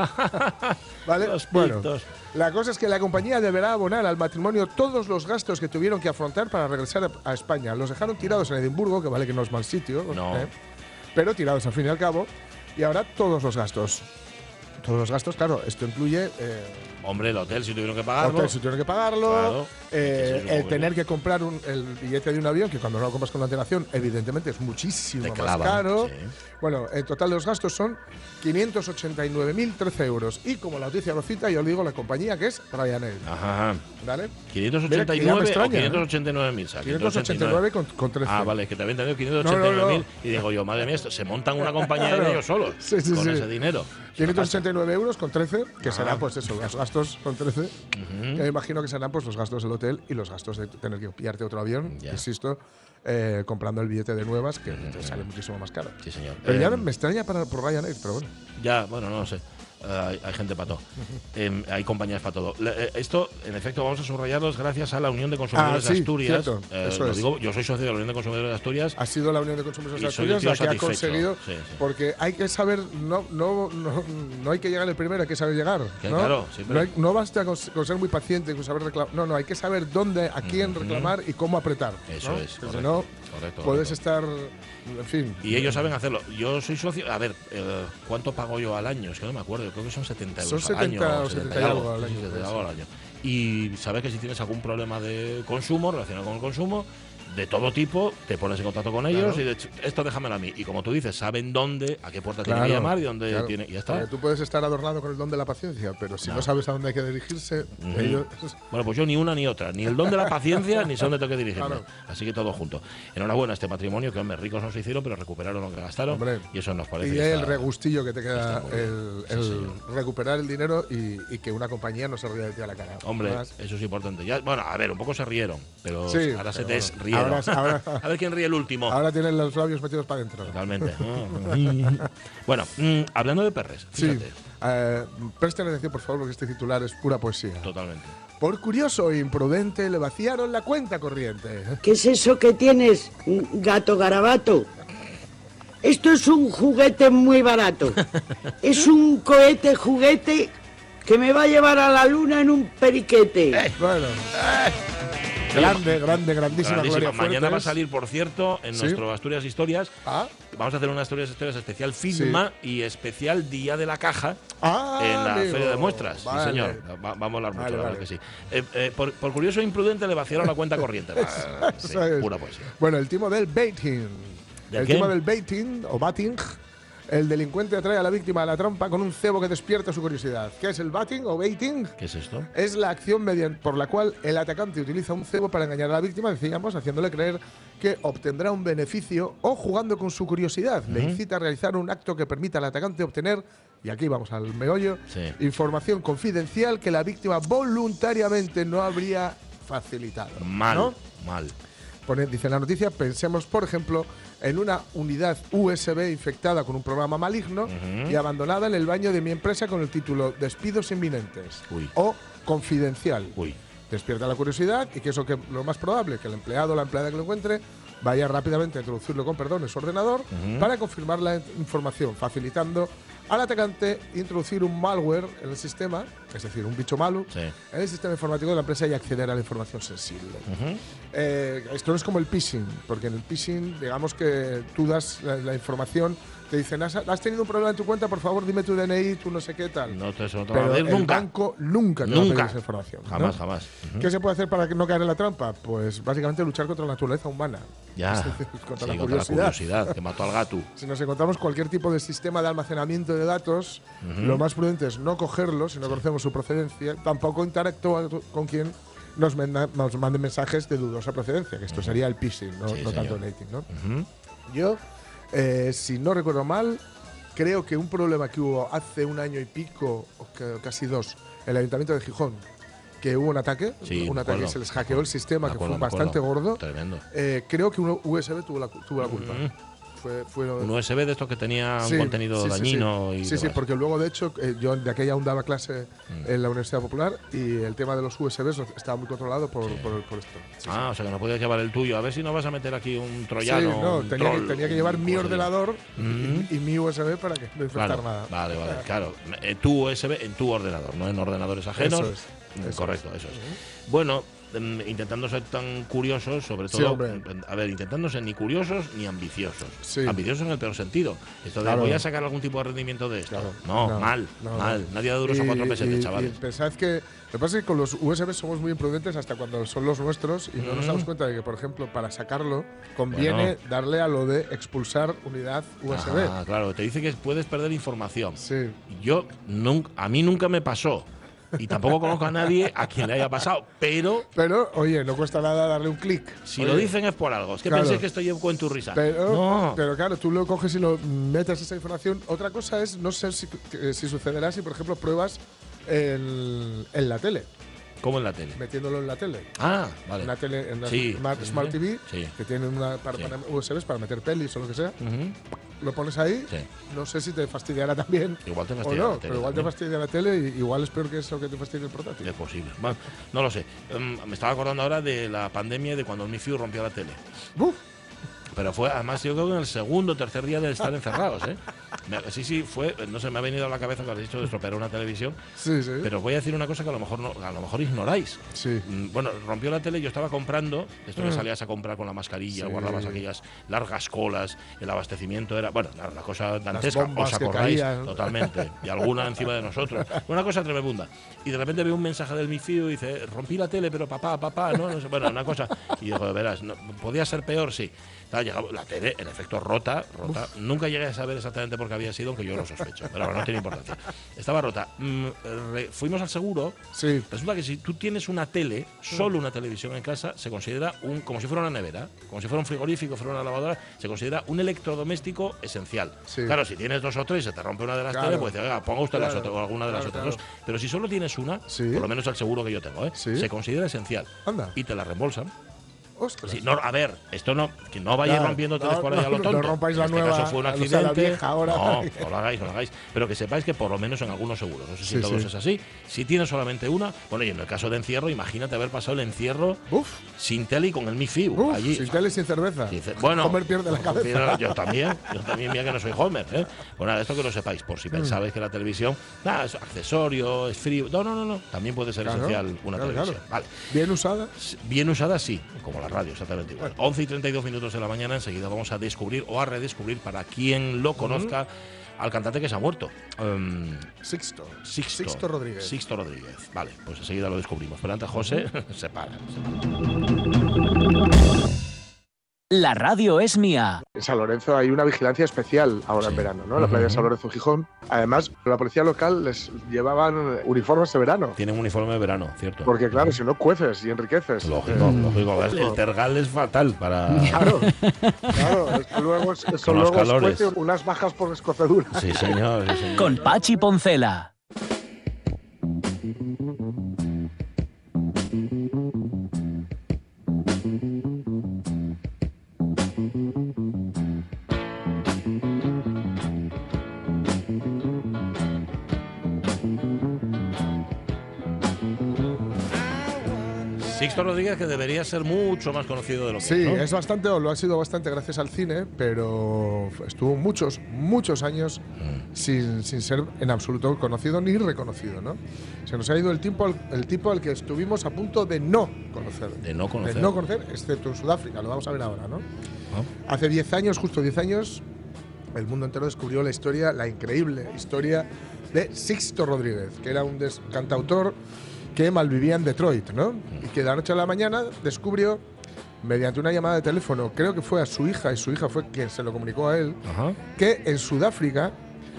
¿Vale? Los Bueno, pictos. la cosa es que la compañía deberá abonar al matrimonio todos los gastos que tuvieron que afrontar para regresar a, a España. Los dejaron tirados en Edimburgo, que vale que no es mal sitio, No. ¿eh? pero tirados al fin y al cabo, y ahora todos los gastos. Todos los gastos, claro, esto incluye eh, Hombre, el hotel, si tuvieron que pagarlo. hotel si tuvieron que pagarlo, Claro. eh, Que se el supone. tener que comprar un- el billete de un avión, que cuando no lo compras con antelación, evidentemente es muchísimo Te más clavan, caro. sí. Bueno, en total los gastos son quinientos ochenta y nueve mil trece euros. Y como la noticia lo cita, yo le digo la compañía que es Ryanair. Ajá. ¿Vale? quinientos Mira, ochenta y que ya me nueve o extraña, ¿eh? quinientos ochenta y nueve mil. quinientos ochenta y nueve con, con trece. Ah, vale, que te habían tenido quinientos ochenta y nueve mil. No, no, no. Y digo yo, madre mía, esto, se montan una compañía de Claro. ellos solos Sí, sí, con sí. ese dinero. quinientos ochenta y nueve euros con trece, que Ah. serán pues eso, los gastos con trece. Que me imagino que serán pues los gastos del hotel y los gastos de tener que pillarte otro avión, Ya. insisto, eh, comprando el billete de nuevas, que te sale muchísimo más caro. Sí, señor. Pero ya Eh, me extraña para, por Ryanair, pero bueno. Ya, bueno, no lo sé. Eh, hay, hay gente para todo. Eh, hay compañías para todo. Le- eh, esto, en efecto, vamos a subrayarlos gracias a la Unión de Consumidores Ah, sí, de Asturias. cierto, Eh, eso lo es. digo, yo soy socio de la Unión de Consumidores de Asturias. Ha sido la Unión de Consumidores de Y soy un Asturias tío la que ha satisfecho. conseguido, Sí, sí. porque hay que saber, no, no, no, no hay que llegar el primero, hay que saber llegar. Que ¿no? claro, siempre. no, hay- no basta con, con ser muy paciente, con saber reclamar. No, no, hay que saber dónde, a quién reclamar y cómo apretar. Eso ¿no? es, Porque correcto, si no, correcto, puedes correcto. estar, en fin. Y ellos saben hacerlo. Yo soy socio. A ver, eh, ¿cuánto pago yo al año? Es que no me acuerdo. Creo que son setenta euros Son al año. setenta o setenta y algo al sí, año, setenta y pues. algo al año. Y sabes que si tienes algún problema de consumo, relacionado con el consumo, de todo tipo, te pones en contacto con ellos Claro. y de hecho, esto déjamelo a mí. Y como tú dices, saben dónde, a qué puerta tiene Claro, que llamar y dónde claro. tiene. Y ya está. Porque tú puedes estar adornado con el don de la paciencia, pero si no, No. sabes a dónde hay que dirigirse, Ujú. ellos. Bueno, pues yo ni una ni otra, ni el don de la paciencia, ni sé dónde tengo que dirigirme. Claro. Así que todo junto. Enhorabuena a este matrimonio, que hombre, ricos no se hicieron, pero recuperaron lo que gastaron. Hombre. Y eso nos parece. Y que el está- regustillo que te queda, está muy bien. el, Sí, el señor. recuperar el dinero y, y que una compañía no se ría de ti a la cara. Hombre, Además, eso es importante. Ya, bueno, a ver, un poco se rieron, pero Sí, ahora se pero te bueno. rieron. Ahora- ahora- a ver quién ríe el último. ahora tienen los labios metidos para adentro. Totalmente. Bueno, mm, hablando de perres, Sí. fíjate. Eh, presten atención, por favor, porque este titular es pura poesía. Totalmente. Por curioso e imprudente le vaciaron la cuenta corriente. ¿Qué es eso que tienes, gato garabato? Esto es un juguete muy barato. Es un cohete juguete que me va a llevar a la luna en un periquete. Bueno. Grande, grande, grandísima Grandísima. Gloria Mañana va a Fuertes. salir, por cierto, en Sí. nuestro Asturias Historias. Ah, Vamos a hacer una Asturias Historias especial Filma y especial Día de la Caja ah, en la amigo. Feria de Muestras. Vale. Sí, señor. Va, va a molar mucho, Vale, la vale. verdad que sí. Eh, eh, por, por curioso e imprudente le vaciaron la cuenta corriente. Ah, sí, Eso es. pura poesía. Bueno, el timo del Baiting. El qué? tema del baiting o batting. El delincuente atrae a la víctima a la trampa con un cebo que despierta su curiosidad. ¿Qué es el batting o baiting? ¿Qué es esto? Es la acción mediante, por la cual el atacante utiliza un cebo para engañar a la víctima, decíamos, haciéndole creer que obtendrá un beneficio o jugando con su curiosidad. Uh-huh. Le incita a realizar un acto que permita al atacante obtener, y aquí vamos al meollo, sí. información confidencial que la víctima voluntariamente no habría facilitado. Mal, ¿no? mal. Pone, dice la noticia, pensemos, por ejemplo, en una unidad U S B infectada con un programa maligno uh-huh. y abandonada en el baño de mi empresa con el título Despidos inminentes Uy. o Confidencial. Uy. Despierta la curiosidad y que eso que lo más probable, que el empleado o la empleada que lo encuentre vaya rápidamente a introducirlo con perdón en su ordenador uh-huh. para confirmar la información, facilitando al atacante introducir un malware en el sistema, es decir, un bicho malo, sí. en el sistema informático de la empresa y acceder a la información sensible. Uh-huh. Eh, esto no es como el phishing, porque en el phishing, digamos que tú das la, la información, te dicen, ¿Has, ¿has tenido un problema en tu cuenta? Por favor, dime tu D N I, tu no sé qué tal. No te, eso no te Pero va a pedir el nunca. banco nunca te nunca. va a pedir esa información. Jamás, ¿no? jamás. Uh-huh. ¿Qué se puede hacer para no caer en la trampa? Pues básicamente luchar contra la naturaleza humana. Ya, es decir, contra, sí, la, contra curiosidad. la curiosidad, que mató al gato. Si nos encontramos cualquier tipo de sistema de almacenamiento de datos, uh-huh. lo más prudente es no cogerlo si no sí. conocemos su procedencia, tampoco interactuar con quien nos, manda, nos mande mensajes de dudosa procedencia, que esto uh-huh. sería el phishing, no, sí, no tanto el señor. baiting, ¿no? Uh-huh. Yo, eh, si no recuerdo mal, creo que un problema que hubo hace un año y pico, o que, casi dos, en el Ayuntamiento de Gijón, que hubo un ataque, sí, un ataque que se les hackeó el sistema, acuerdo, que fue bastante gordo. Tremendo. Eh, creo que un U S B tuvo la, tuvo la culpa. Uh-huh. Fue, fue un U S B de estos que tenía sí, un contenido sí, dañino. Sí, y sí, sí, porque luego, de hecho, eh, yo de aquella aún daba clase mm. en la Universidad Popular y el tema de los U S Bs estaba muy controlado por, sí. por, por esto. Sí, ah, sí. O sea que no podías llevar el tuyo. A ver si no vas a meter aquí un troyano. Sí, no, tenía, troll, que, tenía que llevar mi ordenador mm. y, y mi U S B para que no infectara claro, nada. Vale, vale, claro. Eh, tu U S B en tu ordenador, no en ordenadores ajenos. Eso es. Eso Correcto, es. eso es. Uh-huh. Bueno, intentando ser tan curiosos, sobre todo, sí, a ver, intentando ser ni curiosos ni ambiciosos. Sí. Ambiciosos en el peor sentido. Esto de claro. voy a sacar algún tipo de rendimiento de esto. Claro. No, no, mal, no, mal. No. Nadie da duros a cuatro pesetas, y, chavales. Y pensad que lo que pasa es que con los U S B somos muy imprudentes hasta cuando son los nuestros y mm. no nos damos cuenta de que, por ejemplo, para sacarlo conviene bueno. darle a lo de expulsar unidad U S B. Ah, claro, te dice que puedes perder información. Sí. Yo nunca, a mí nunca me pasó. Y tampoco conozco a nadie a quien le haya pasado, pero… Pero, oye, no cuesta nada darle un clic. Si oye, lo dicen es por algo. Es que claro. penséis que estoy yo con tu risa. Pero, no. pero claro, tú lo coges y lo metes esa información. Otra cosa es, no sé si, si sucederá si, por ejemplo, pruebas en, en la tele. ¿Cómo en la tele? Metiéndolo en la tele. Ah, vale. En la tele, en una sí. Smart, Smart T V, sí. que tiene una para, sí. para U S Bs para meter pelis o lo que sea. Uh-huh. Lo pones ahí. Sí. No sé si te fastidiará también. Igual te o fastidia no, la tele. pero igual también. te fastidia la tele y igual es peor que eso que te fastidia el portátil. Es posible. Bueno, no lo sé. Um, me estaba acordando ahora de la pandemia y de cuando el Mi Fiu rompió la tele. ¡Uf! Pero fue, además, yo creo que en el segundo o tercer día de estar encerrados, ¿eh? Sí, sí, fue, no sé, me ha venido a la cabeza que has dicho de estropear una televisión. Sí, sí. Pero os voy a decir una cosa que a lo mejor no, a lo mejor ignoráis. Sí. Bueno, rompió la tele, yo estaba comprando, esto que salías a comprar con la mascarilla, Sí. guardabas aquellas largas colas, el abastecimiento era, bueno, la, la cosa dantesca, bombas os que acordáis, caían. totalmente, y alguna encima de nosotros. Una cosa tremenda. Y de repente veo un mensaje del Mi Fiu y dice, rompí la tele, pero papá, papá, no, no sé, bueno, una cosa. Y digo, verás, no, podía ser peor, sí. Estaba llegado, la tele, en efecto, rota, rota. Uf. Nunca llegué a saber exactamente por qué había sido, aunque yo lo sospecho, pero bueno, no tiene importancia. Estaba rota. Mm, re, fuimos al seguro. Sí. Resulta que si tú tienes una tele, solo una televisión en casa, se considera un, como si fuera una nevera, como si fuera un frigorífico, fuera una lavadora, se considera un electrodoméstico esencial. Sí. Claro, si tienes dos o tres, se te rompe una de las claro. teles, pues dices, ponga usted claro. las otras, o alguna de las claro, otras claro. dos. Pero si solo tienes una, sí. por lo menos el seguro que yo tengo, ¿eh? sí. se considera esencial. Anda. Y te la reembolsan. Sí, no, a ver, esto no, que no vayáis claro, rompiendo teles no, por ahí a lo tonto. No rompáis la en este nueva, caso fue un accidente. O sea, la vieja ahora. No, no lo hagáis, no lo hagáis. Pero que sepáis que por lo menos en algunos seguros, no sé si sí, todos sí. es así. Si tienes solamente una, bueno, y en el caso de encierro, imagínate haber pasado el encierro Uf. sin tele y con el Mi Fiu. Uf, allí. Sin tele y sin cerveza. Sin bueno, Homer pierde la cabeza. Yo también, yo también, mira que no soy Homer. ¿eh? Bueno, esto que lo sepáis, por si pensabais mm. que la televisión nada, es accesorio, es frío. No, no, no, no. También puede ser claro, esencial una claro, televisión. Claro. Vale. Bien usada. Bien usada, sí, como la radio, exactamente igual. Bueno. once y treinta y dos minutos de la mañana, enseguida vamos a descubrir o a redescubrir, para quien lo conozca, uh-huh. al cantante que se ha muerto. Um, Sixto. Sixto. Sixto Rodríguez. Sixto Rodríguez. Vale, pues enseguida lo descubrimos. Pero antes, José, uh-huh. se para. Se para. La radio es mía. En San Lorenzo hay una vigilancia especial ahora Sí. en verano, ¿no? En la playa de San Lorenzo, Gijón. Además, la policía local les llevaban uniformes de verano. Tienen un uniforme de verano, cierto. Porque claro, si no cueces y enriqueces. Lógico, eh, lógico. El, el tergal es fatal para. Claro, claro. Es que luego, es- eso Con los luego calores. escuece unas bajas por escocedura. Sí, señor. Sí, señor. Con Pachi Poncela. Sixto Rodríguez, que debería ser mucho más conocido de lo que Sí, es, ¿no? es bastante, o lo ha sido bastante gracias al cine, pero estuvo muchos, muchos años Mm. sin, sin ser en absoluto conocido ni reconocido, ¿no? Se nos ha ido el tiempo, al- el tipo al que estuvimos a punto de no conocer. De no conocer. De no conocer, excepto en Sudáfrica, lo vamos a ver ahora, ¿no? Ah. Hace diez años, justo diez años, el mundo entero descubrió la historia, la increíble historia de Sixto Rodríguez, que era un des- cantautor que malvivía en Detroit, ¿no? Y que de la noche a la mañana descubrió, mediante una llamada de teléfono, creo que fue a su hija, y su hija fue quien se lo comunicó a él, Ajá. que en Sudáfrica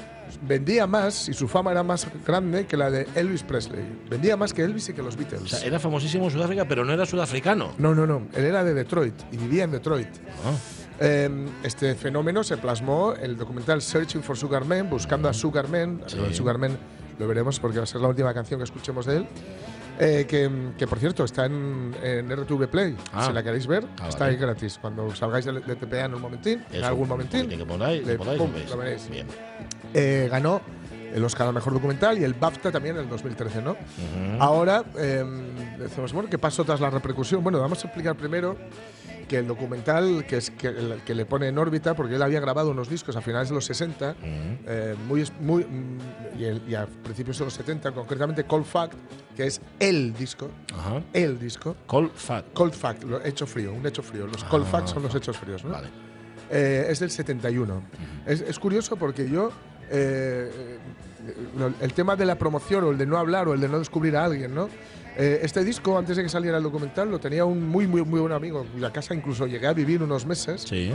vendía más y su fama era más grande que la de Elvis Presley. Vendía más que Elvis y que los Beatles. O sea, era famosísimo en Sudáfrica, pero no era sudafricano. No, no, no. Él era de Detroit y vivía en Detroit. Ah. Eh, este fenómeno se plasmó en el documental Searching for Sugar Man, buscando a Sugar Man. Sí. Lo del Sugar Man lo veremos porque va a ser la última canción que escuchemos de él. Eh, que, que, por cierto está en, en R T V Play. Ah. Si la queréis ver, Ah, está vale. ahí gratis. Cuando salgáis de, de T P A en un momentín, en Eso, algún momentín, Que podáis, le- que podáis, pum, lo veis. lo veréis. Bien. eh, ganó el Oscar al mejor documental y el BAFTA también en el dos mil trece, ¿no? Ujú. Ahora, eh, decimos, bueno, ¿qué pasó tras la repercusión? Bueno, vamos a explicar primero que el documental que, es, que, el- que le pone en órbita, porque él había grabado unos discos a finales de los sesenta, Ujú. eh, muy, es- muy, mm, y, el- y a principios de los setenta, concretamente Cold Fact, que es el disco, Ajá. el disco, Cold Fat. Cold Fact, lo hecho frío, un hecho frío. Los Cold Ah, Facts son los hechos fríos, ¿no? Vale. Eh, es del setenta y uno. Es, es curioso porque yo. eh, eh, lo- el tema de la promoción o el de no hablar o el de no descubrir a alguien, ¿no? Eh, este disco, antes de que saliera el documental, lo tenía un muy, muy, muy buen amigo, cuya casa incluso llegué a vivir unos meses. Sí.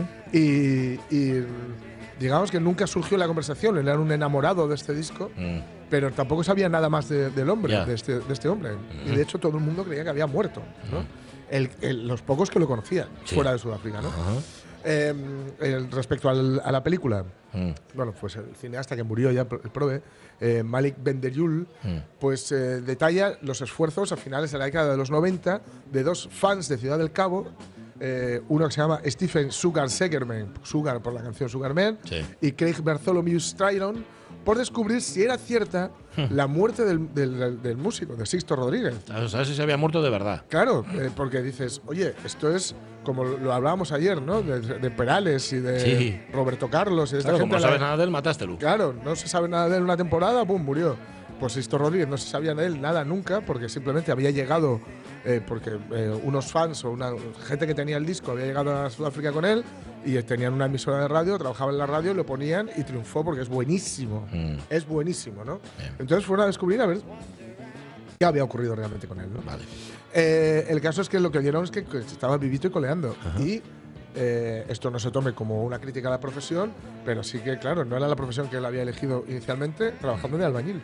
Y, y digamos que nunca surgió la conversación. Él era un enamorado de este disco, Mm. pero tampoco sabía nada más de- del hombre, Ya. de, este, de este hombre. Y de hecho todo el mundo creía que había muerto, ¿no? El- el- los pocos que lo conocían Sí. fuera de Sudáfrica, ¿no? Ajá. Eh, el- respecto al- a la película, Mm. bueno, pues el cineasta que murió ya, el prove, eh, Malik Benderyul, Mm. pues eh, detalla los esfuerzos a finales de la década de los noventa de dos fans de Ciudad del Cabo, eh, uno que se llama Stephen Sugar Segerman, Sugar por la canción Sugar Man, Sí. y Craig Bartholomew Styron, por descubrir si era cierta la muerte del, del- del músico, de Sixto Rodríguez. ¿Sabes si se había muerto de verdad? Claro, eh, porque dices, oye, esto es como lo hablábamos ayer, ¿no? De, de Perales y de Sí. Roberto Carlos y de esta Claro, gente como no a la- sabes nada de él, matástelo. Claro, no se sabe nada de él una temporada, pum, murió. Pues Sixto Rodríguez no se sabía de él nada nunca, porque simplemente había llegado, eh, porque eh, unos fans o una gente que tenía el disco había llegado a Sudáfrica con él y tenían una emisora de radio, trabajaban en la radio, lo ponían y triunfó porque es buenísimo. Mm. Es buenísimo, ¿no? Bien. Entonces fueron a descubrir a ver qué había ocurrido realmente con él, ¿no? Vale. Eh, el caso es que lo que vieron es que, que estaba vivito y coleando. Y eh, esto no se tome como una crítica a la profesión, pero sí que, claro, no era la profesión que él había elegido inicialmente, trabajando de albañil.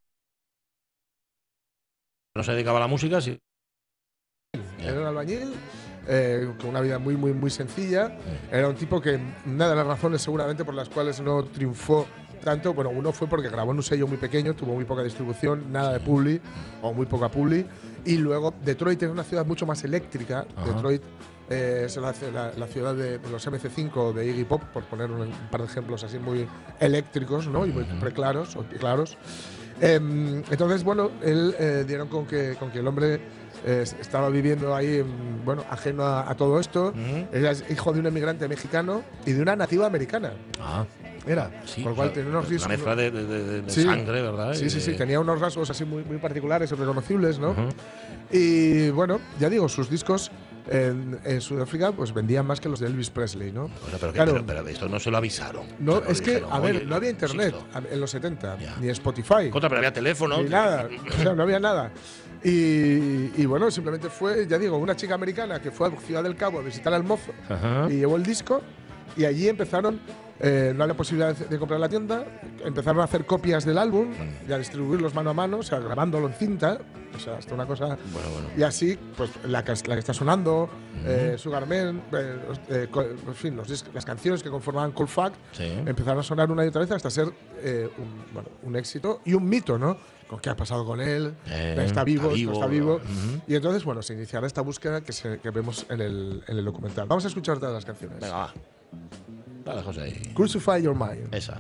No se dedicaba a la música, sí. Ya. Era un albañil eh, con una vida muy, muy, muy sencilla. Era un tipo que, una de las razones seguramente por las cuales no triunfó tanto, bueno, uno fue porque grabó en un sello muy pequeño, tuvo muy poca distribución, nada de publi, o muy poca publi. Y luego Detroit es una ciudad mucho más eléctrica. Ajá. Detroit eh, es la, la- la ciudad de, de los M C cinco de Iggy Pop, por poner un, un par de ejemplos así muy eléctricos, ¿no? Y muy preclaros o claros. Em, entonces, bueno, él eh, dieron con que, con que el hombre eh, estaba viviendo ahí, em, bueno, ajeno a, a todo esto. Ujú. Era hijo de un emigrante mexicano y de una nativa americana. Ah, Era. sí. Por lo cual o sea, tenía unos la riscos. mezcla de, de- de- de Sí. sangre, ¿verdad? Sí, Y sí, de- sí. Tenía unos rasgos así muy, muy particulares y reconocibles, ¿no? Ujú. Y bueno, ya digo, sus discos en, en Sudáfrica pues vendían más que los de Elvis Presley, ¿no? Oye, pero, que- Claro. pero, pero de esto no se lo avisaron. No, Se lo es que, dijeron, a ver, oye, no había internet Sixto. a- en los setenta, Ya. ni Spotify, Contra, pero había teléfono. ni nada. O sea, no había nada. Y, y bueno, simplemente fue, ya digo, una chica americana que fue a Ciudad del Cabo a visitar al mozo Ajá. y llevó el disco y allí empezaron, eh, no había posibilidad de, de comprar en la tienda, empezaron a hacer copias del álbum y a distribuirlos mano a mano, o sea, grabándolo en cinta, o sea, hasta una cosa… Bueno, bueno. Y así, pues la que, la que está sonando, uh-huh. eh, Sugar Man, eh, eh, en fin, los discos, las canciones que conformaban Cold Fact sí. empezaron a sonar una y otra vez hasta ser eh, un, bueno, un éxito y un mito, ¿no? Con qué ha pasado con él, eh, está vivo, está vivo. No está vivo. Uh-huh. Y entonces, bueno, se iniciará esta búsqueda que, se, que vemos en el, en el documental. Vamos a escuchar todas las canciones. Venga, va. Dale, José ahí. Crucify Your Mind. Esa.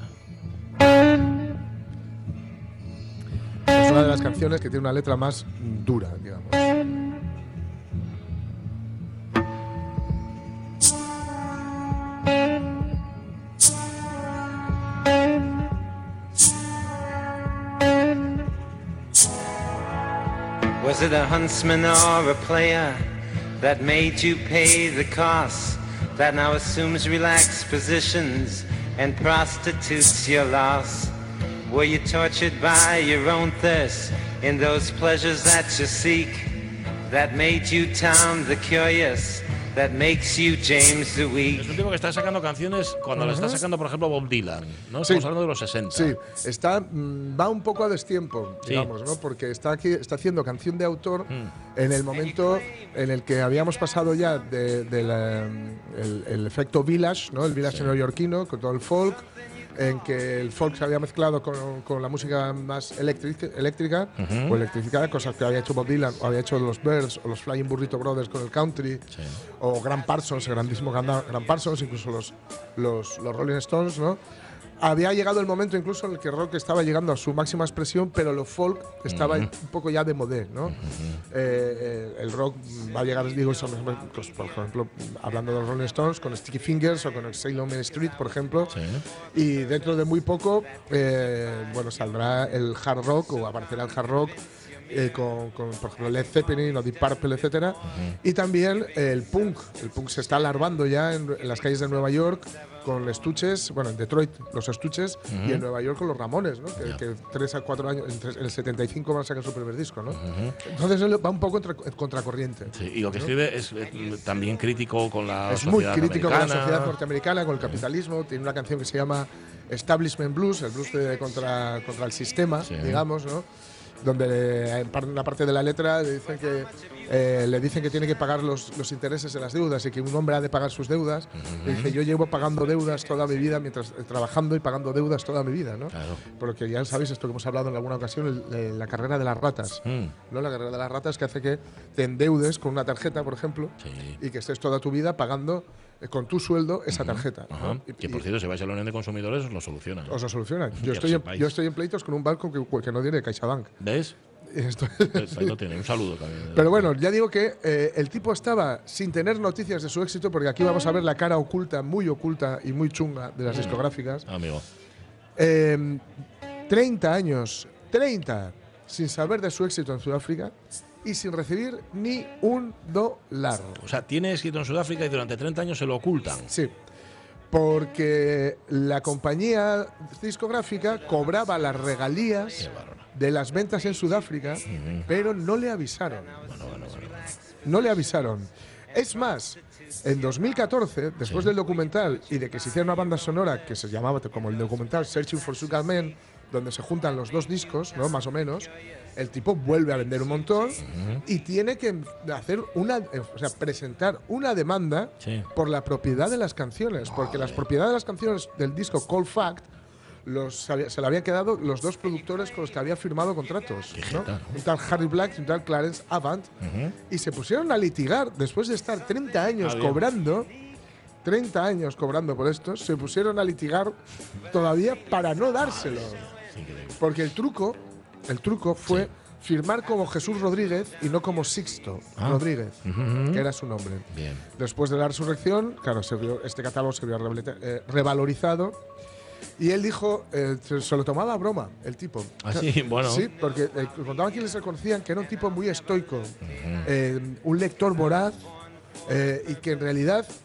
Es una de las canciones que tiene una letra más dura, digamos. Was it a huntsman or a player that made you pay the cost, that now assumes relaxed positions and prostitutes your loss? Were you tortured by your own thirst in those pleasures that you seek, that made you Tom the Curious, that makes you James the Weak? Es un tipo que está sacando canciones cuando uh-huh. le está sacando, por ejemplo, Bob Dylan, ¿no? Sí. Estamos hablando de los sesenta. Sí, está, mmm, va un poco a destiempo, sí. digamos, ¿no? Porque está aquí, está haciendo canción de autor mm. en el momento en el que habíamos pasado ya del de, de el, el efecto Village, ¿no? El Village sí. neoyorquino, con todo el folk, en que el folk se había mezclado con, con la música más eléctrica, eléctrica uh-huh. o electrificada, cosas que había hecho Bob Dylan, o había hecho los Birds, o los Flying Burrito Brothers con el country, sí. o Grant Parsons, el grandísimo Grant Parsons, incluso los, los, los Rolling Stones, ¿no? Había llegado el momento incluso en el que el rock estaba llegando a su máxima expresión, pero lo folk estaba uh-huh. un poco ya de modé, ¿no? Uh-huh. eh, eh, el rock va a llegar, digo, pues, por ejemplo, hablando de los Rolling Stones, con Sticky Fingers o con el Sailor Man Street, por ejemplo. Sí. Y dentro de muy poco, eh, bueno, saldrá el hard rock o aparecerá el hard rock. Eh, con, con, por ejemplo, Led Zeppelin o Deep Purple, etcétera. Uh-huh. Y también eh, el punk. El punk se está larvando ya en, en las calles de Nueva York con Estuches, bueno, en Detroit los Estuches uh-huh. y en Nueva York con los Ramones, ¿no? Que, yeah. que tres a cuatro años, en el setenta y cinco van a sacar su primer disco, ¿no? Uh-huh. Entonces él va un poco en contracorriente. Sí, y lo que ¿no? escribe es eh, también crítico con la es sociedad muy crítico americana. con la sociedad norteamericana, con el capitalismo. Tiene una canción que se llama Establishment Blues, el blues de, contra, contra el sistema, sí. digamos, ¿no? Donde en una parte de la letra le dicen que eh, le dicen que tiene que pagar los, los intereses de las deudas y que un hombre ha de pagar sus deudas. Uh-huh. Y dice, yo llevo pagando deudas toda mi vida, mientras eh, trabajando y pagando deudas toda mi vida, ¿no? Claro. Porque ya sabéis esto que hemos hablado en alguna ocasión, el, el, la carrera de las ratas, mm. ¿no? La carrera de las ratas que hace que te endeudes con una tarjeta, por ejemplo, sí. y que estés toda tu vida pagando eh, con tu sueldo esa tarjeta. Uh-huh. ¿no? y, que por cierto, si vais a la Unión de Consumidores os lo solucionan. Os lo solucionan. Yo estoy, en, yo estoy en pleitos con un banco que, que no tiene CaixaBank. ¿Ves? Esto pues ahí lo tiene, un saludo también. Pero bueno, ya digo que eh, el tipo estaba sin tener noticias de su éxito, porque aquí vamos a ver la cara oculta, muy oculta y muy chunga de las mm. discográficas. Amigo. Eh, treinta años, treinta, sin saber de su éxito en Sudáfrica y sin recibir ni un dólar. O sea, tiene éxito en Sudáfrica y durante treinta años se lo ocultan. Sí. Porque la compañía discográfica cobraba las regalías de las ventas en Sudáfrica, uh-huh. pero no le avisaron. Bueno, bueno, bueno. No le avisaron. Es más, en dos mil catorce, después sí. del documental y de que se hiciera una banda sonora que se llamaba como el documental Searching for Sugar Man, donde se juntan los dos discos, ¿no? Más o menos, el tipo vuelve a vender un montón uh-huh. y tiene que hacer una, o sea, presentar una demanda sí. por la propiedad de las canciones, porque oh, las propiedades de las canciones del disco Cold Fact los, se le habían quedado los dos productores con los que había firmado contratos, ¿no? Un tal Harry Black y un tal Clarence Avant, uh-huh. y se pusieron a litigar después de estar treinta años ah, cobrando. treinta años cobrando por esto, se pusieron a litigar todavía para no dárselo. Porque el truco, el truco fue sí. firmar como Jesús Rodríguez y no como Sixto ah. Rodríguez, uh-huh. que era su nombre. Bien. Después de la resurrección, claro, se vio, este catálogo se vio eh, revalorizado y él dijo, eh, se, se lo tomaba a broma, el tipo. Ah, sí, bueno. Sí, porque eh, contaban quienes se conocían que era un tipo muy estoico, uh-huh. eh, un lector voraz eh, y que en realidad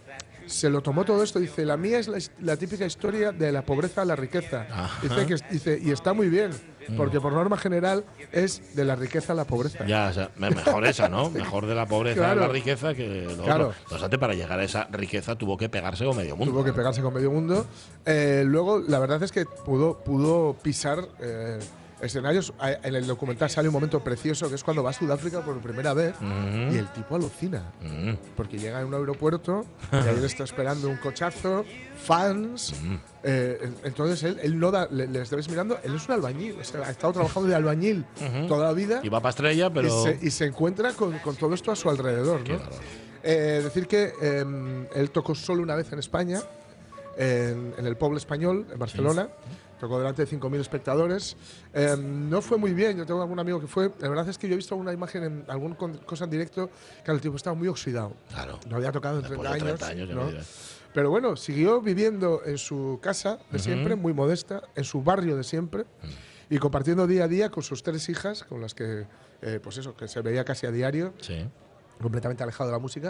se lo tomó todo esto. Dice, la mía es la, la típica historia de la pobreza a la riqueza. Dice, que, dice, y está muy bien, porque por norma general es de la riqueza a la pobreza. Ya, o sea, mejor esa, ¿no? Mejor de la pobreza Claro. a la riqueza que lo Claro. otro. No obstante, para llegar a esa riqueza tuvo que pegarse con medio mundo. Tuvo que pegarse con medio mundo. Eh, luego, la verdad es que pudo, pudo pisar eh, escenarios. En el documental sale un momento precioso que es cuando va a Sudáfrica por primera vez Mm. y el tipo alucina. Mm. Porque llega en un aeropuerto y ahí le está esperando un cochazo, fans. Mm. eh, entonces él, él no da, le, le estáis mirando, él es un albañil. O sea, ha estado trabajando de albañil Ujú. toda la vida. Y va para estrella, pero. Y se, y se encuentra con, con todo esto a su alrededor, Qué ¿no? bárbaro. Eh, decir que eh, él tocó solo una vez en España, en, en el Poble Español, en Barcelona. Tocó delante de cinco mil espectadores. Eh, no fue muy bien, yo tengo algún amigo que fue. La verdad es que yo he visto alguna imagen, en alguna cosa en directo, que el tipo estaba muy oxidado. Claro. No había tocado en Después treinta de años. treinta años, ya ¿no? me dirás. Pero bueno, siguió viviendo en su casa de siempre, muy modesta, en su barrio de siempre, y compartiendo día a día con sus tres hijas, con las que, eh, pues eso, que se veía casi a diario, Sí. completamente alejado de la música.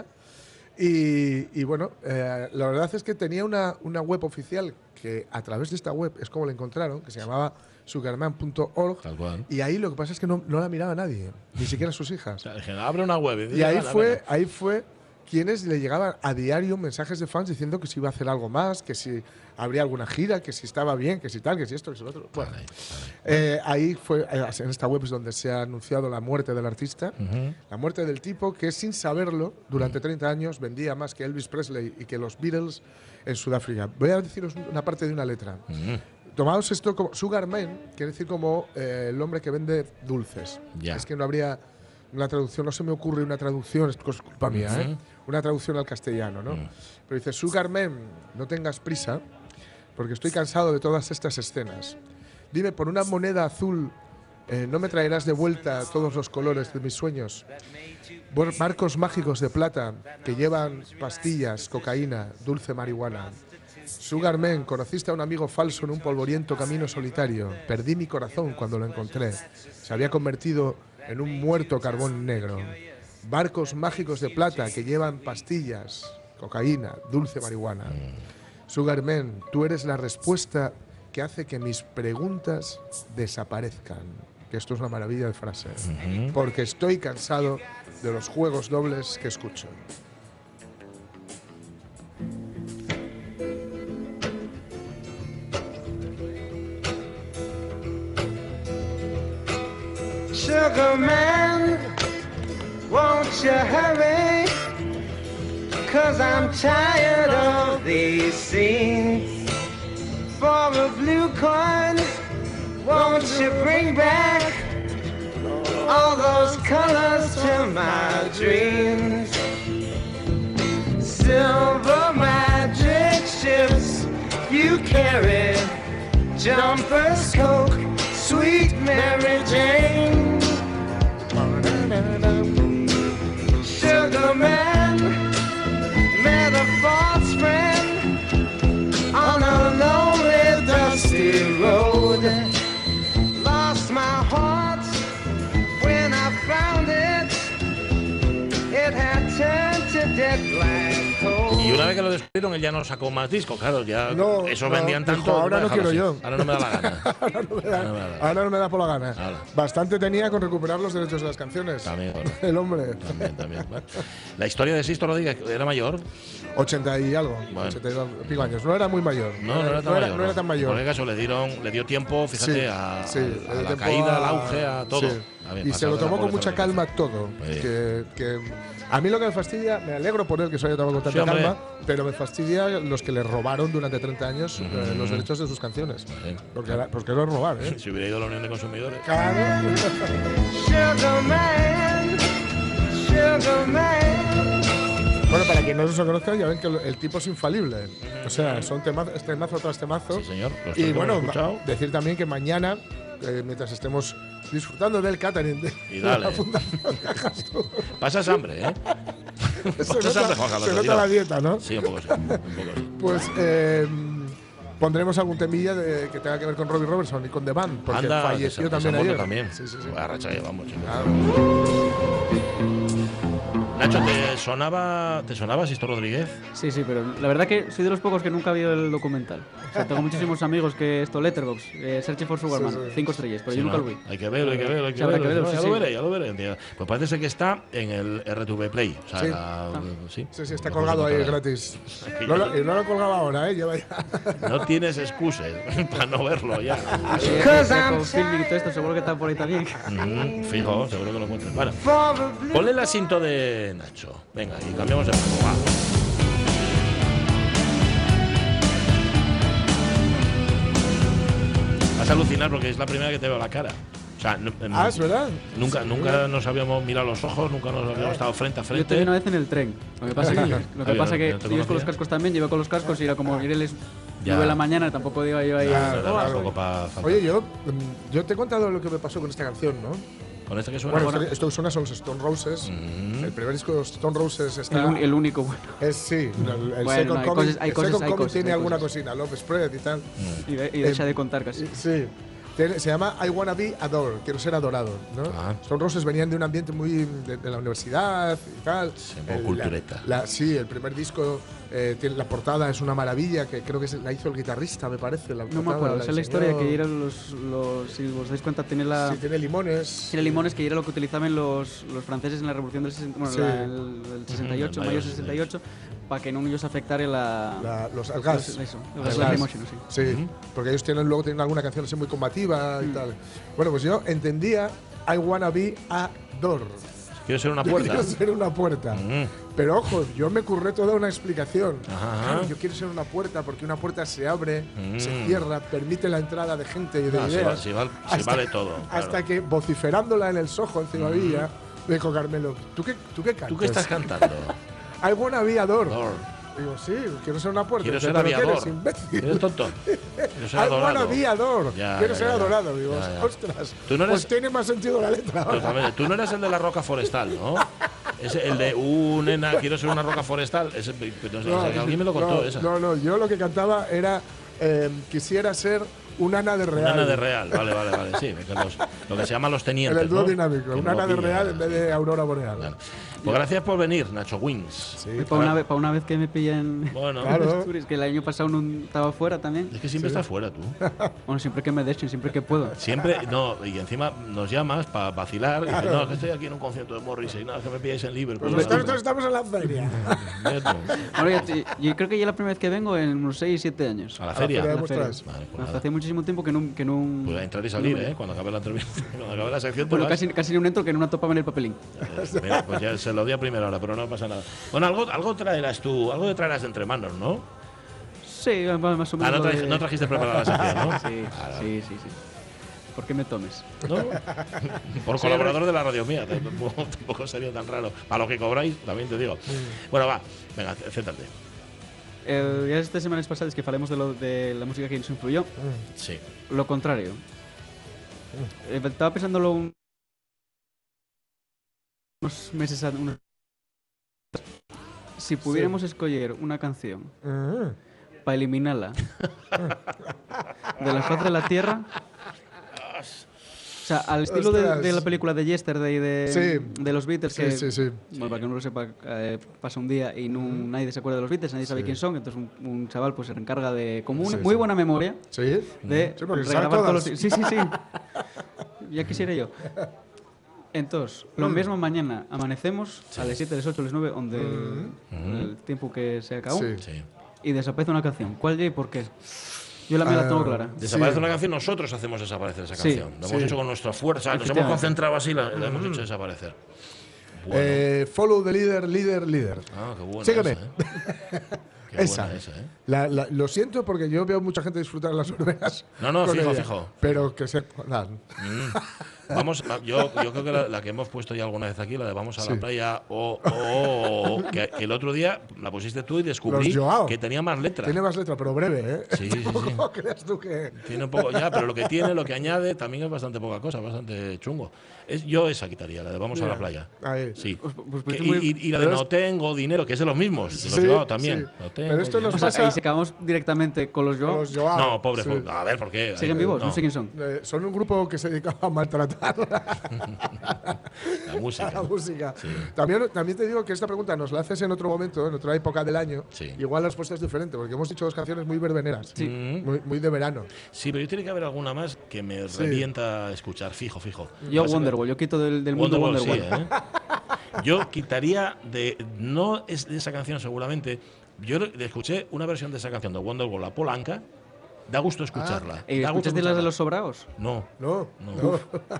Y, y bueno, eh, la verdad es que tenía una, una web oficial que a través de esta web es como la encontraron, que se llamaba sugarman punto org. Tal cual. Y ahí lo que pasa es que no, no la miraba nadie, ni siquiera sus hijas. O sea, dije, abre una web. Y ahí venga, fue, venga. ahí fue quienes le llegaban a diario mensajes de fans diciendo que si iba a hacer algo más, que si habría alguna gira, que si estaba bien, que si tal, que si esto, que si lo otro. Bueno, Vale, eh, ahí fue, eh, en esta web es donde se ha anunciado la muerte del artista, Ujú. la muerte del tipo que sin saberlo, durante treinta años vendía más que Elvis Presley y que los Beatles en Sudáfrica. Voy a deciros una parte de una letra. Ujú. Tomaos esto como Sugar Man, quiere decir como eh, el hombre que vende dulces. Ya. Es que no habría una traducción, no se me ocurre una traducción, es culpa mía, ¿eh? Ujú. Una traducción al castellano, ¿no? Mm. Pero dice, Sugar Man, no tengas prisa, porque estoy cansado de todas estas escenas. Dime, por una moneda azul, eh, ¿no me traerás de vuelta todos los colores de mis sueños? Bor- Barcos mágicos de plata que llevan pastillas, cocaína, dulce marihuana. Sugar Man, conociste a un amigo falso en un polvoriento camino solitario. Perdí mi corazón cuando lo encontré. Se había convertido en un muerto carbón negro. Barcos mágicos de plata que llevan pastillas, cocaína, dulce marihuana. Sugar Man, tú eres la respuesta que hace que mis preguntas desaparezcan. Que esto es una maravilla de frase. Porque estoy cansado de los juegos dobles que escucho. Sugar man, won't you hurry? Cause I'm tired of these scenes. For a blue coin, won't you bring back all those colors to my dreams? Silver magic ships you carry, jumpers, coke, sweet Mary Jane. Sugar man met a false friend on a lonely, dusty road. Lost my heart when I found it. It had turned to dead black coal. Y una vez que lo descubrieron, él ya no sacó más discos, claro, ya No, esos no, vendían dijo, tanto. ahora no déjalo quiero así. yo. Ahora no me da la gana. Ahora no me da, Ahora no me da. ahora no me da por la gana. Ahora. Bastante tenía con recuperar los derechos de las canciones. También, bueno. El hombre. También, también. Bueno. La historia de Sisto Rodríguez era mayor. ochenta y algo. Bueno. ochenta y pico años. No era muy mayor. No, no era tan mayor. no era tan mayor. En cualquier caso, le dieron, le dio tiempo, fíjate, Sí, a, sí, a- le a dio la tiempo caída, al a- auge, a todo. sí. A ver, Y pasar se lo de la tomó con pobreza mucha a la riqueza. calma todo. Sí. Que, que a mí lo que me fastidia, me alegro por él que se haya tomado con Sí, tanta hombre. calma, pero me fastidia los que le robaron durante treinta años eh, los derechos de sus canciones. Sí. Porque, era- porque lo robar, ¿eh? Si hubiera ido a la Unión de Consumidores. Claro. Sugar man, sugar man. Bueno, para quien no se conozca, ya ven que el, el tipo es infalible. O sea, son tema, es temazo tras temazo. Sí, señor. Los Y tres que bueno, hemos escuchado. decir también que mañana, eh, mientras estemos disfrutando del catering de, Y de dale. la Fundación Cajas Todo, Pasas hambre, ¿eh? se Pasas nota, hambre, Juan Carlos. se nota tira. la dieta, ¿no? Sí, un poco sí. Un poco sí. Pues eh, pondremos algún temilla de, que tenga que ver con Robbie Robertson y con The Band, porque Anda, falleció que se- que se también ha muerto ayer. también. Sí, sí, sí. Vaya racha llevamos, chicos. Claro. Nacho, ¿te sonaba, ¿te sonaba Sisto Rodríguez? Sí, sí, pero la verdad que soy de los pocos que nunca ha visto el documental. O sea, tengo muchísimos amigos que esto, Letterboxd, eh, Searching for Sugarman, Sí, sí. cinco estrellas, pero Sí, yo nunca ¿no? lo vi. Hay que verlo, hay que verlo, hay que Sí, habrá verlo. que verlo, No, sí, ya sí. lo veré, ya lo veré. Pues parece ser que está en el R T V Play. O sea, Sí. la- sí. Sí, sí, está Lo colgado puedes ahí encontrar. gratis. No lo, y no lo he colgado ahora, ¿eh? Lleva ya. No tienes excusas para no verlo ya. Sí, es que con filming y todo esto seguro que está por ahí también. Ujú, fijo, seguro que lo encuentras. Bueno, ponle el asiento de Nacho. Venga, y cambiamos de juego. Va. Vas a alucinar porque es la primera que te veo la cara. O sea, no- Ah, es verdad. nunca, nunca nos habíamos mirado los ojos, nunca nos habíamos estado frente a Yo te vi frente. una vez en el tren. Lo que pasa que, lo que, Ah, pasa yo que no te yo con los conocía. cascos también, llevo con los cascos y era como irles Ya. nueve de la mañana, tampoco digo yo ahí. Claro, "Oh, claro, soy". poco pa- falta. Oye, yo, mm, yo te he contado lo que me pasó con esta canción, ¿no? ¿Con esta que suena? Bueno, esto, esto suena son los Stone Roses. El primer disco de los Stone Roses está. el, un- el único bueno. Es sí, el, el Bueno, Second hay Coming, cosas- hay el cosas- Second hay Coming cosas, tiene hay alguna cosas. cosina, Love Spread y tal. Y, de- y deja de contar casi. Sí. Tiene- se llama I Wanna Be Adored, quiero ser adorado, ¿no? Ah. Stone Roses venían de un ambiente muy de, de la universidad y tal. Sí, un poco El- cultureta. la- la- sí, el primer disco, eh, tiene, la portada es una maravilla, que creo que se la hizo el guitarrista, me parece. La No me portada acuerdo, sé la diseñó. historia que eran los, los. Si os dais cuenta, tiene la. Sí, tiene limones. Tiene limones, que era lo que utilizaban los, los franceses en la Revolución del, sesenta, bueno, Sí. la- el, el sesenta y ocho, Ujú, mayo mayo sesenta y ocho, para que no ellos afectara la. La- los al gas. los- eso, Al los gas. lacrimógenos, sí. Sí, porque ellos tienen luego tienen alguna canción así muy combativa y tal. Bueno, pues yo entendía I Wanna Be Adored. Quiero ser una Yo puerta. quiero ser una puerta. Mm. Pero ojo, yo me curré toda una explicación. Ajá. Claro, yo quiero ser una puerta porque una puerta se abre, Mm. se cierra, permite la entrada de gente y de Ah, sí, ideas. va- sí, va- sí vale todo. Hasta claro. que vociferándola en el Soho, en Cebadilla, me dijo Carmelo, ¿tú qué, ¿tú qué cantas? ¿Tú qué estás cantando? I Wanna Be Adored. Ador. Digo, sí, quiero ser una puerta. Quiero Dice, ser "¿Pero qué aviador. eres, imbécil?". ¿Eres tonto? Quiero ser I adorado. wanna be adored. Ya, Quiero ya, ser ya, ya. adorado. Digo, Ya, ya. ostras. Tú no eres- Pues tiene más sentido la letra. ahora. Totalmente. Tú no eras el de la roca forestal, ¿no? Es el de, uh, nena, quiero ser una roca forestal. Ese, no sé, No, alguien me lo contó no, esa. No, no, yo lo que cantaba era eh, quisiera ser un Ana de Real. Un Ana de Real, vale, vale, vale. Sí, que los- lo que se llaman los En tenientes. el dúo ¿no? dinámico. Que Un no Ana de pilla. Real en vez de Aurora Boreal. Claro. Pues gracias por venir, Nacho Wings. Sí, para, una vez, para una vez que me pillan Bueno, Claro. en Asturias, que el año pasado no estaba fuera también. es que siempre estás fuera tú. Bueno, siempre que me dejen, siempre que puedo. Siempre, no, y encima nos llamas para vacilar. Y dices, no, es que estoy aquí en un concierto de Morrissey, no, es que me pilláis en Liverpool. Pues no, nosotros estamos en la feria. no, Ahora, yo, yo creo que ya es la primera vez que vengo en unos seis siete años. a la A la feria. feria de A la feria. muestras. Vale, pues Hasta nada. hace muchísimo tiempo que no. Que no Pues a entrar y salir, no me- ¿eh? Cuando acabe la entrevista, cuando acabe la sección. te Bueno, vas. casi, casi ni un entro que no una topaba en el papelín. Eh, mira, pues ya se lo di a primera hora, pero no pasa nada. Bueno, algo, algo traerás tú, algo de traerás de entre manos, ¿no? Sí, más o menos. Ah, no, lo traje- de- no trajiste preparada la sección, ¿no? Sí, sí, sí, sí. ¿Por qué me tomes? ¿No? Por colaborador de la radio mía, tampoco, tampoco sería tan raro. Para lo que cobráis, también te digo. Bueno, va, venga, céntrate. Eh, ya estas semanas pasadas que falemos de, lo, de la música que nos influyó, Sí. lo contrario. Eh, estaba pensándolo un- unos meses a- unos- Si pudiéramos escoger una canción Mm. para eliminarla de la faz de la tierra, o sea, al estilo de, Ostras. de la película de Yesterday de, Sí. de los Beatles, Sí, que, sí, sí. bueno, para que no lo sepa, eh, pasa un día y no, nadie se acuerda de los Beatles, nadie sabe quién son, entonces un, un chaval pues se encarga de, como una Sí, muy sí. buena memoria, ¿Sí? de Sí, porque sabe regrabar todos los... todas. Sí, sí, sí. Ya quisiera yo. Entonces, lo mismo mañana amanecemos a las siete, a las ocho, a las nueve, donde el tiempo que se acabó, Sí. Sí. y desaparece una canción. ¿Cuál y por qué? Yo la mía la tengo Ah, clara. Desaparece Sí. una canción, nosotros hacemos desaparecer esa Sí. canción. Lo hemos Sí. hecho con nuestra fuerza, nos hemos Efectivamente. concentrado así, la, la hemos hecho desaparecer. Bueno. Eh, follow the leader, leader, leader. Ah, qué buena sígueme. esa, ¿eh? Qué Esa. buena esa, ¿eh? La- la- lo siento porque yo veo mucha gente disfrutar las verbenas. No, no, con fijo, ella, fijo. Pero que se. Nada. Vamos, a- yo, yo creo que la, la que hemos puesto ya alguna vez aquí, la de vamos a Sí. la playa, o, o, o- o, que, que el otro día la pusiste tú y descubrí Los Joao. que tenía más letra. Tiene más letra, pero breve, ¿eh? Sí, sí, sí. Tampoco creas tú que. Tiene un poco, ya, pero lo que tiene, lo que añade, también es bastante poca cosa, bastante chungo. Es, yo esa quitaría, la de vamos a la playa. Ahí. Sí. Pues- pues Que- parece y, muy- y- y la de Pero no es- tengo dinero, que es de los mismos, de los Sí, Joao también. sí. No tengo Pero esto nos O sea, pasa. ahí se acabamos directamente con los con Joao. los Joao. No, pobre, Sí. pobre. A ver, ¿por qué? ¿Siguen Ay, vivos? no. No sé quién son. Eh, son un grupo que se dedicaba a maltratar aportar La música. a la música. Sí. También, también te digo que esta pregunta nos la haces en otro momento, en otra época del año. Sí. Igual la respuesta es diferente, porque hemos dicho dos canciones muy verbeneras, Sí. muy, muy de verano. Sí, pero yo tiene que haber alguna más que me Sí. revienta escuchar, fijo, fijo. Yo Básicamente- Wonderwall, yo quito del, del mundo Wonderwall, Wonderwall. sí, ¿eh? Yo quitaría de. No es de esa canción, seguramente. Yo le escuché una versión de esa canción de Wonderwall, la Polanca. Da gusto escucharla. ¿Y da gusto escuchaste las de escucharla. los sobraos? No. No, No. no.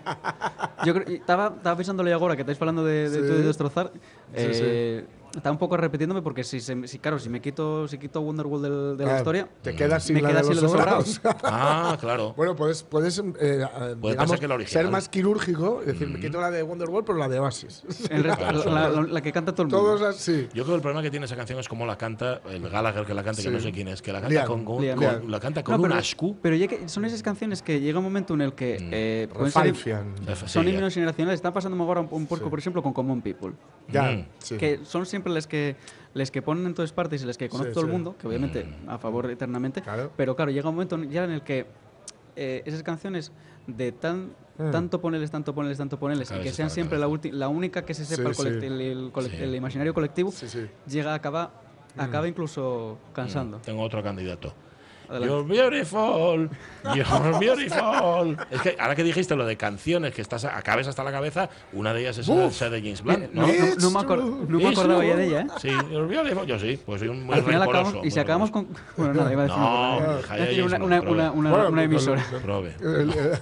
Yo creo, y estaba, estaba pensándolo yo ahora que estáis hablando de, de, Sí. de destrozar. Sí, eh, Estaba un poco repitiéndome porque si, se, si claro, si me quito, si quito Wonderwall del- de la Ah, historia, Te quedas sin me la queda de sin los los sobraos. Ah, claro. Bueno, puedes, puedes eh, eh, Puede digamos, pasar que la original. ser más quirúrgico, es decir, me quito la de Wonderwall, pero la de Oasis. el resto- Claro, la, la- la que canta todo el mundo. Todos así. Yo creo que el problema que tiene esa canción es cómo la canta el Gallagher que la canta, Sí. que no sé quién es, que la canta Liam. con, con- Liam. con- la canta con No, un pero, ascu. pero ya que son esas canciones que llega un momento en el que eh, pueden ser- Refalfian. son Sí, himnos generacionales. Está pasando ahora un, un poco, por ejemplo, con Common People. Ya, Mm. sí. Que son siempre las que les que ponen en todas partes y las que conoce Sí, todo el sí. mundo, que obviamente a favor eternamente. Claro. Pero claro, llega un momento ya en el que eh, esas canciones de tan Mm. tanto ponerles, tanto ponerles, tanto ponerles, Cada y que vez sean está siempre cada la, vez. ulti- la única que se sepa Sí, el, colect- sí. el, el colect- Sí. el imaginario colectivo, Sí, sí. llega a acabar, acaba incluso cansando. Tengo otro candidato. Adelante. You're beautiful, you're beautiful. Es que ahora que dijiste lo de canciones que estás acabes hasta la cabeza, una de ellas es Uf. esa de James Blunt, No, ¿no? no, It's no me, acor- true. no me It's acordaba true. ya de ella, ¿eh? Sí, you're beautiful. Yo sí, pues soy un muy Al final rencoroso, acabamos, y muy si acabamos con. rencoroso. Bueno, nada, iba a decir No, una, deja iba a ya decir una, James una, Blunt, una, una, Bueno, una con- emisora. Prove, El- el-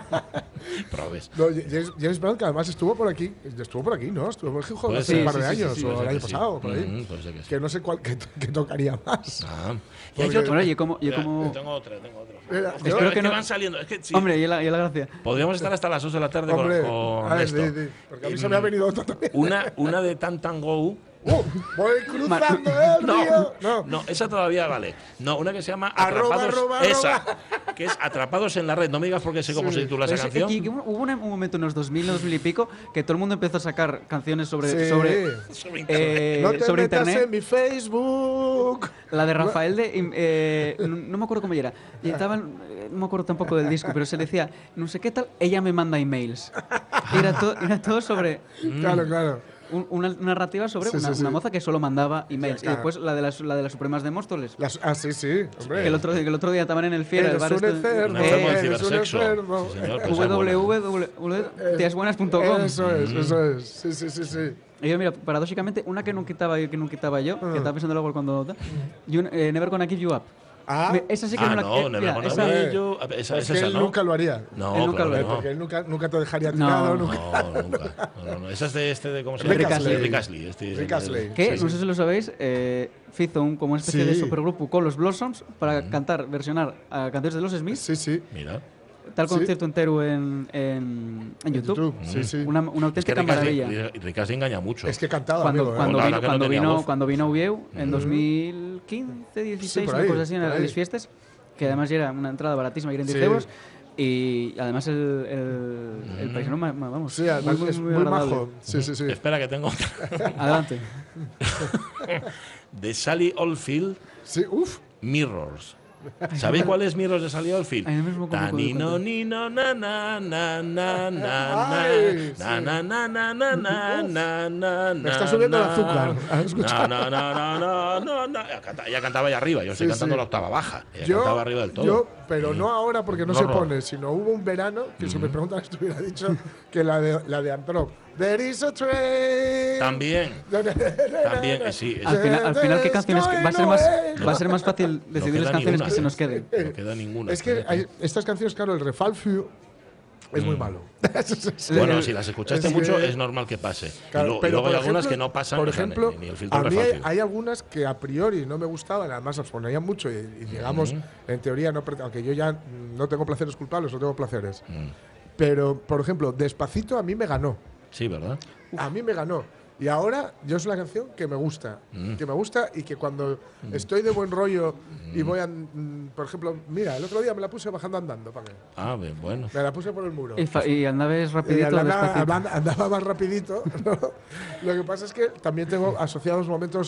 probes. no, James, James Blunt, que además estuvo por aquí, estuvo por aquí, ¿no? Estuvo por Gijón Puede hace ser. un par de Sí, sí, sí, años, sí, o puede el ser año que sí. pasado, por ahí. Mm, puede ser que sí. Que no sé cuál que, que tocaría más. Ah. Y hay Porque- otro. Bueno, y como. Y Mira, como Tengo otra, tengo otra. Mira, Es yo- que, que es no- que van saliendo. Es que, sí, Hombre, y la, y la gracia. podríamos estar hasta las dos de la tarde con- Hombre, con, a ver, esto. di, di, porque a mí se Em, me ha venido otra también. Una, una de Tan Tan Go. ¡Uh! Voy cruzando el No, río. No, no, esa todavía vale. No, una que se llama Arroba, Atrapados. arroba, esa, arroba. que es Atrapados en la red. No me digas por qué sé cómo Sí. se titula Pero esa es- canción. y que hubo un, un momento en los dos mil, dos mil y pico que todo el mundo empezó a sacar canciones sobre, Sí. sobre, Sobre eh, no te sobre metas internet. en mi Facebook. La de Rafael de. im- eh, no, no me acuerdo cómo era. Y estaban. eh, No me acuerdo tampoco del disco, pero se decía, no sé qué tal, ella me manda emails. Era, to- era todo sobre. Claro, claro. un- una una narrativa sobre Sí, una, sí, una sí. moza que solo mandaba emails. claro. Y después la de las, la de las Supremas de Móstoles. Las- ah, sí, sí, hombre. Que el otro, que el otro día estaban en el Fiera, el Eres bar un este- enfermo, Un enfermo de Eh, eres un cibersexo. enfermo. Sí, señor, pues esa es buena. w w w punto tiasbuenas punto com. Eso es, eso es. Sí, sí, sí, sí. Y yo, mira, paradójicamente, una que no quitaba, que no quitaba yo, que estaba pensando luego cuando. Y una, eh, Never Gonna Give You Up. Ah, Me- esa sí que Ah, no la no, eh, Never mira, Gonna esa- Be You. Esa es es que esa, él ¿no? nunca lo haría. No, Él nunca claro lo que haría, no. Porque él nunca, nunca te dejaría No. tirado, nunca. No, nunca. No, no, no. Esa es de este de cómo se Rick llama. Astley. Rick Astley. Este, Rick Astley. que, Sí, no sí. sé si lo sabéis, eh, hizo un, como una especie de Sí. supergrupo con los Blossoms para cantar, versionar a canciones de los Smiths, Sí, sí. Mira. tal Sí. concierto entero en, en, en YouTube. Sí, sí. Una, una Es que auténtica Rick Astley, maravilla. Rick Astley engaña mucho. Es que cantaba, Cuando, amigo, ¿eh? cuando, La vino, verdad que no cuando, tenía vino, voz. cuando vino a Uvieu, en dos mil quince, dieciséis, por una ahí, cosa así, en, por en ahí. las fiestas, que además era una entrada baratísima, que eran diez Sí. euros, y además el, el, el paisano, ma- ma- vamos, Sí, además muy, muy, es muy muy agradable. majo. Sí, sí, sí. Espera que tengo otra. Adelante. De Sally Oldfield, Sí, uff. Mirrors. ¿Sabéis cuál es Mirrors de Sally Oldfield? Ay, no me acuerdo cómo- Ta ni no ni no na na na na na Ay, sí. na na na na na na na na Me está subiendo el na. azúcar. ¿Has escuchado? No, no, no, no, no, no. Ella canta- ella cantaba ahí arriba, yo estoy Sí, cantando sí. la octava baja. Ella Yo, cantaba arriba del todo. yo, pero no ahora porque no, No, se no. pone, sino hubo un verano que si me preguntan esto hubiera dicho que la de, la de Antrop. There is a train. También, también, eh, sí. es- Al final, al final ¿qué canciones? que- Va a ser más, No va a ser más fácil decidir queda las canciones ninguna, que se ¿eh? nos queden. No queda ninguna. Es que fíjate. hay, estas canciones, claro, el refalfio es muy malo. Bueno, el- si las escuchaste es mucho, que- es normal que pase. Claro, y, lo- y pero luego hay por algunas ejemplo- que no pasan por o sea, ejemplo, ni, ni el filtro a mí hay, refaccio. hay algunas que a priori no me gustaban, además las ponían mucho y, y digamos, en teoría, no, pre- aunque yo ya mm, no tengo placeres culpables, no tengo placeres. Mm. Pero, por ejemplo, Despacito a mí me ganó. Sí, ¿verdad? A mí me ganó. Y ahora yo es una canción que me gusta. Mm. Que me gusta y que cuando estoy de buen rollo y voy a. mm, Por ejemplo, mira, el otro día me la puse bajando andando. ¿para qué? Ah, bien, bueno. Me la puse por el muro. Y, fa- y andabas Y rapidito, andaba, despacito. andaba- andaba más rapidito. ¿no? Lo que pasa es que también tengo asociados momentos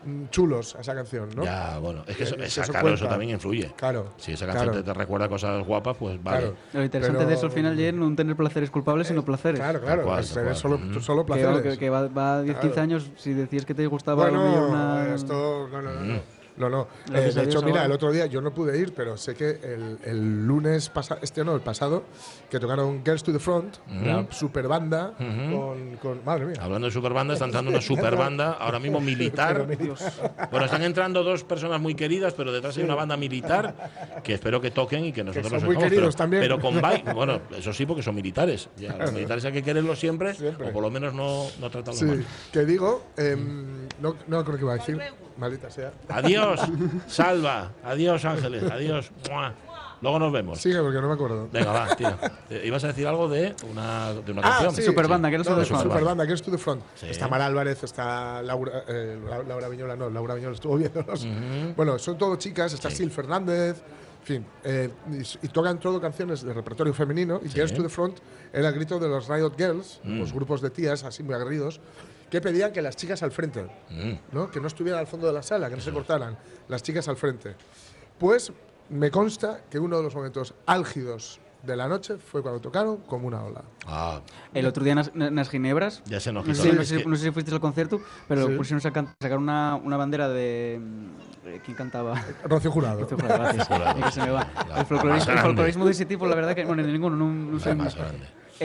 mm, chulos a esa canción, ¿no? Ya, bueno, es que eso, Eh, esa, eso claro, cuenta. eso también influye. Claro. Si esa canción claro. te, te recuerda cosas guapas, pues vale. Claro. Lo interesante Pero- de eso al final es no tener placeres culpables, sino placeres. Claro, Tal claro. cual, es- tal eres cual. solo, Ujú. solo Que, placeres. que, que va, va a diez, Claro. quince años, si decías que te gustaba a lo Bueno, mejor una… esto. No, no, no. no. No, no. Lo Eh, que de salió hecho, esa mira, hora. el otro día yo no pude ir, pero sé que el, el lunes pasado, este no, el pasado, que tocaron Girls to the Front, la super banda, con, con. Madre mía. Hablando de superbanda, están entrando una superbanda ahora mismo militar. Bueno, están entrando dos personas muy queridas, pero detrás hay una banda militar que espero que toquen y que nosotros son nos muy oigamos, queridos pero, también. Pero con bai- bueno, eso sí, porque son militares. Ya, los militares hay que quererlos siempre, Siempre. o por lo menos no, no tratarlos Sí, mal. que digo, em, no, no creo que iba a decir, maldita sea. Adiós, Salva. Adiós, Ángeles. Adiós. ¡Mua! Luego nos vemos. Sigue porque no me acuerdo. Venga, va, tío. Eh, Ibas a decir algo de una, de una Ah, canción. sí. Superbanda, que era No, sobre es una Superbanda. superbanda, que es To The Front. Sí. Está Mar Álvarez, está Laura, eh, La- Laura Viñola, no, Laura Viñola estuvo viéndolos. Bueno, son todo chicas, está Sí. Sil Fernández, en fin, eh, y, y tocan todo canciones de repertorio femenino. Y Girls to the Front era el grito de los Riot Girls, Mm. los grupos de tías así muy aguerridos, que pedían que las chicas al frente, Mm. ¿no? Que no estuvieran al fondo de la sala, que no se cortaran, las chicas al frente. Pues me consta que uno de los momentos álgidos de la noche fue cuando tocaron Como una ola. Ah, El otro día en las, en las Ginebras, ya se nos no quitó. sé, la- no es sé- que- no sé si fuiste al concierto, pero Sí. pusieron a can- sacar una, una bandera de… eh, ¿Quién cantaba? Rocío Jurado. Rocío Jurado, gracias. Jurado. Es que se me va. La- El folclorismo, la más el grande. folclorismo de ese tipo, la verdad que… Bueno, de ninguno, no, no la sé. más grande.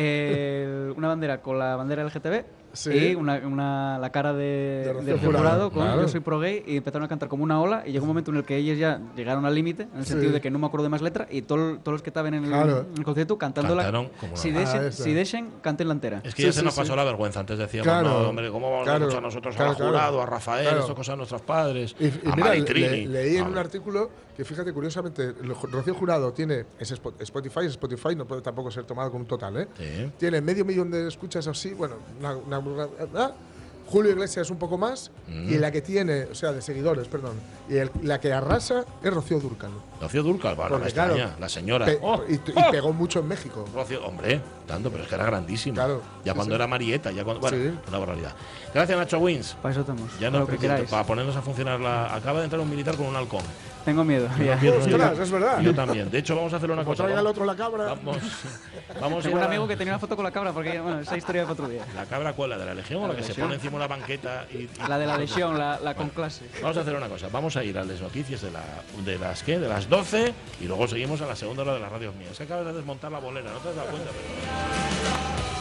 Eh, una bandera con la bandera L G T B Sí. y una, una- la cara de, De Rocío de Rocío Jurado, Jurado con claro. Yo soy pro gay y empezaron a cantar como una ola y llegó un momento en el que ellos ya llegaron al límite en el Sí. sentido de que no me acuerdo de más letra y todo- todos los que estaban en el, Claro. en el concierto cantando Cantaron como una si ola. dejen, Ah, eso. si dejen, canten la entera. Es que Sí, ya se sí, nos pasó sí. la vergüenza. Antes decíamos, Claro. no, hombre, ¿cómo vamos Claro. a escuchar nosotros Claro, a claro. Jurado, a Rafael, Claro. esto cosas de nuestros padres, Y, y a mira, Maritrini? le- leí en No, un artículo que, fíjate, curiosamente, lo- Rocío Jurado tiene es Spo- Spotify, Spotify no puede tampoco ser tomado con un total, ¿eh? Sí. Tiene medio millón de escuchas así, bueno, una, una- una- ah, Julio Iglesias un poco más, Mm. y la que tiene, o sea, de seguidores, perdón, y el- la que arrasa es Rocío Dúrcal. Rocío Dúrcal, bueno, Porque, me claro, extraña, la señora. Pe- ¡Oh! y, y ¡Oh! pegó mucho en México. Rocío, hombre, tanto, pero es que era grandísima. Claro, Ya sí, cuando sí. era Marieta, ya cuando. Bueno, Sí. una barbaridad. Gracias, Nacho Wins. Para eso estamos. Ya para no, lo que queráis. para ponernos a funcionar la. Acaba de entrar un militar con un halcón. Tengo miedo. ya. Yo- Ostras, es verdad. Yo también. De hecho, vamos a hacer una Como cosa. traiga al Vamos, otro la cabra. vamos, vamos a Tengo ir un a la- amigo que tenía una foto con la cabra porque, bueno, esa historia de otro día. La cabra, ¿cuál? ¿La de la Legión o la La que se Legión. pone encima de una banqueta? Y, y- La de la lesión, la, la con clase. Vamos a hacer una cosa. Vamos a ir a las noticias de, la, de las ¿qué? De las doce y luego seguimos a la segunda hora de las radios mías. Se acaba de desmontar la bolera, no te has dado cuenta, pero.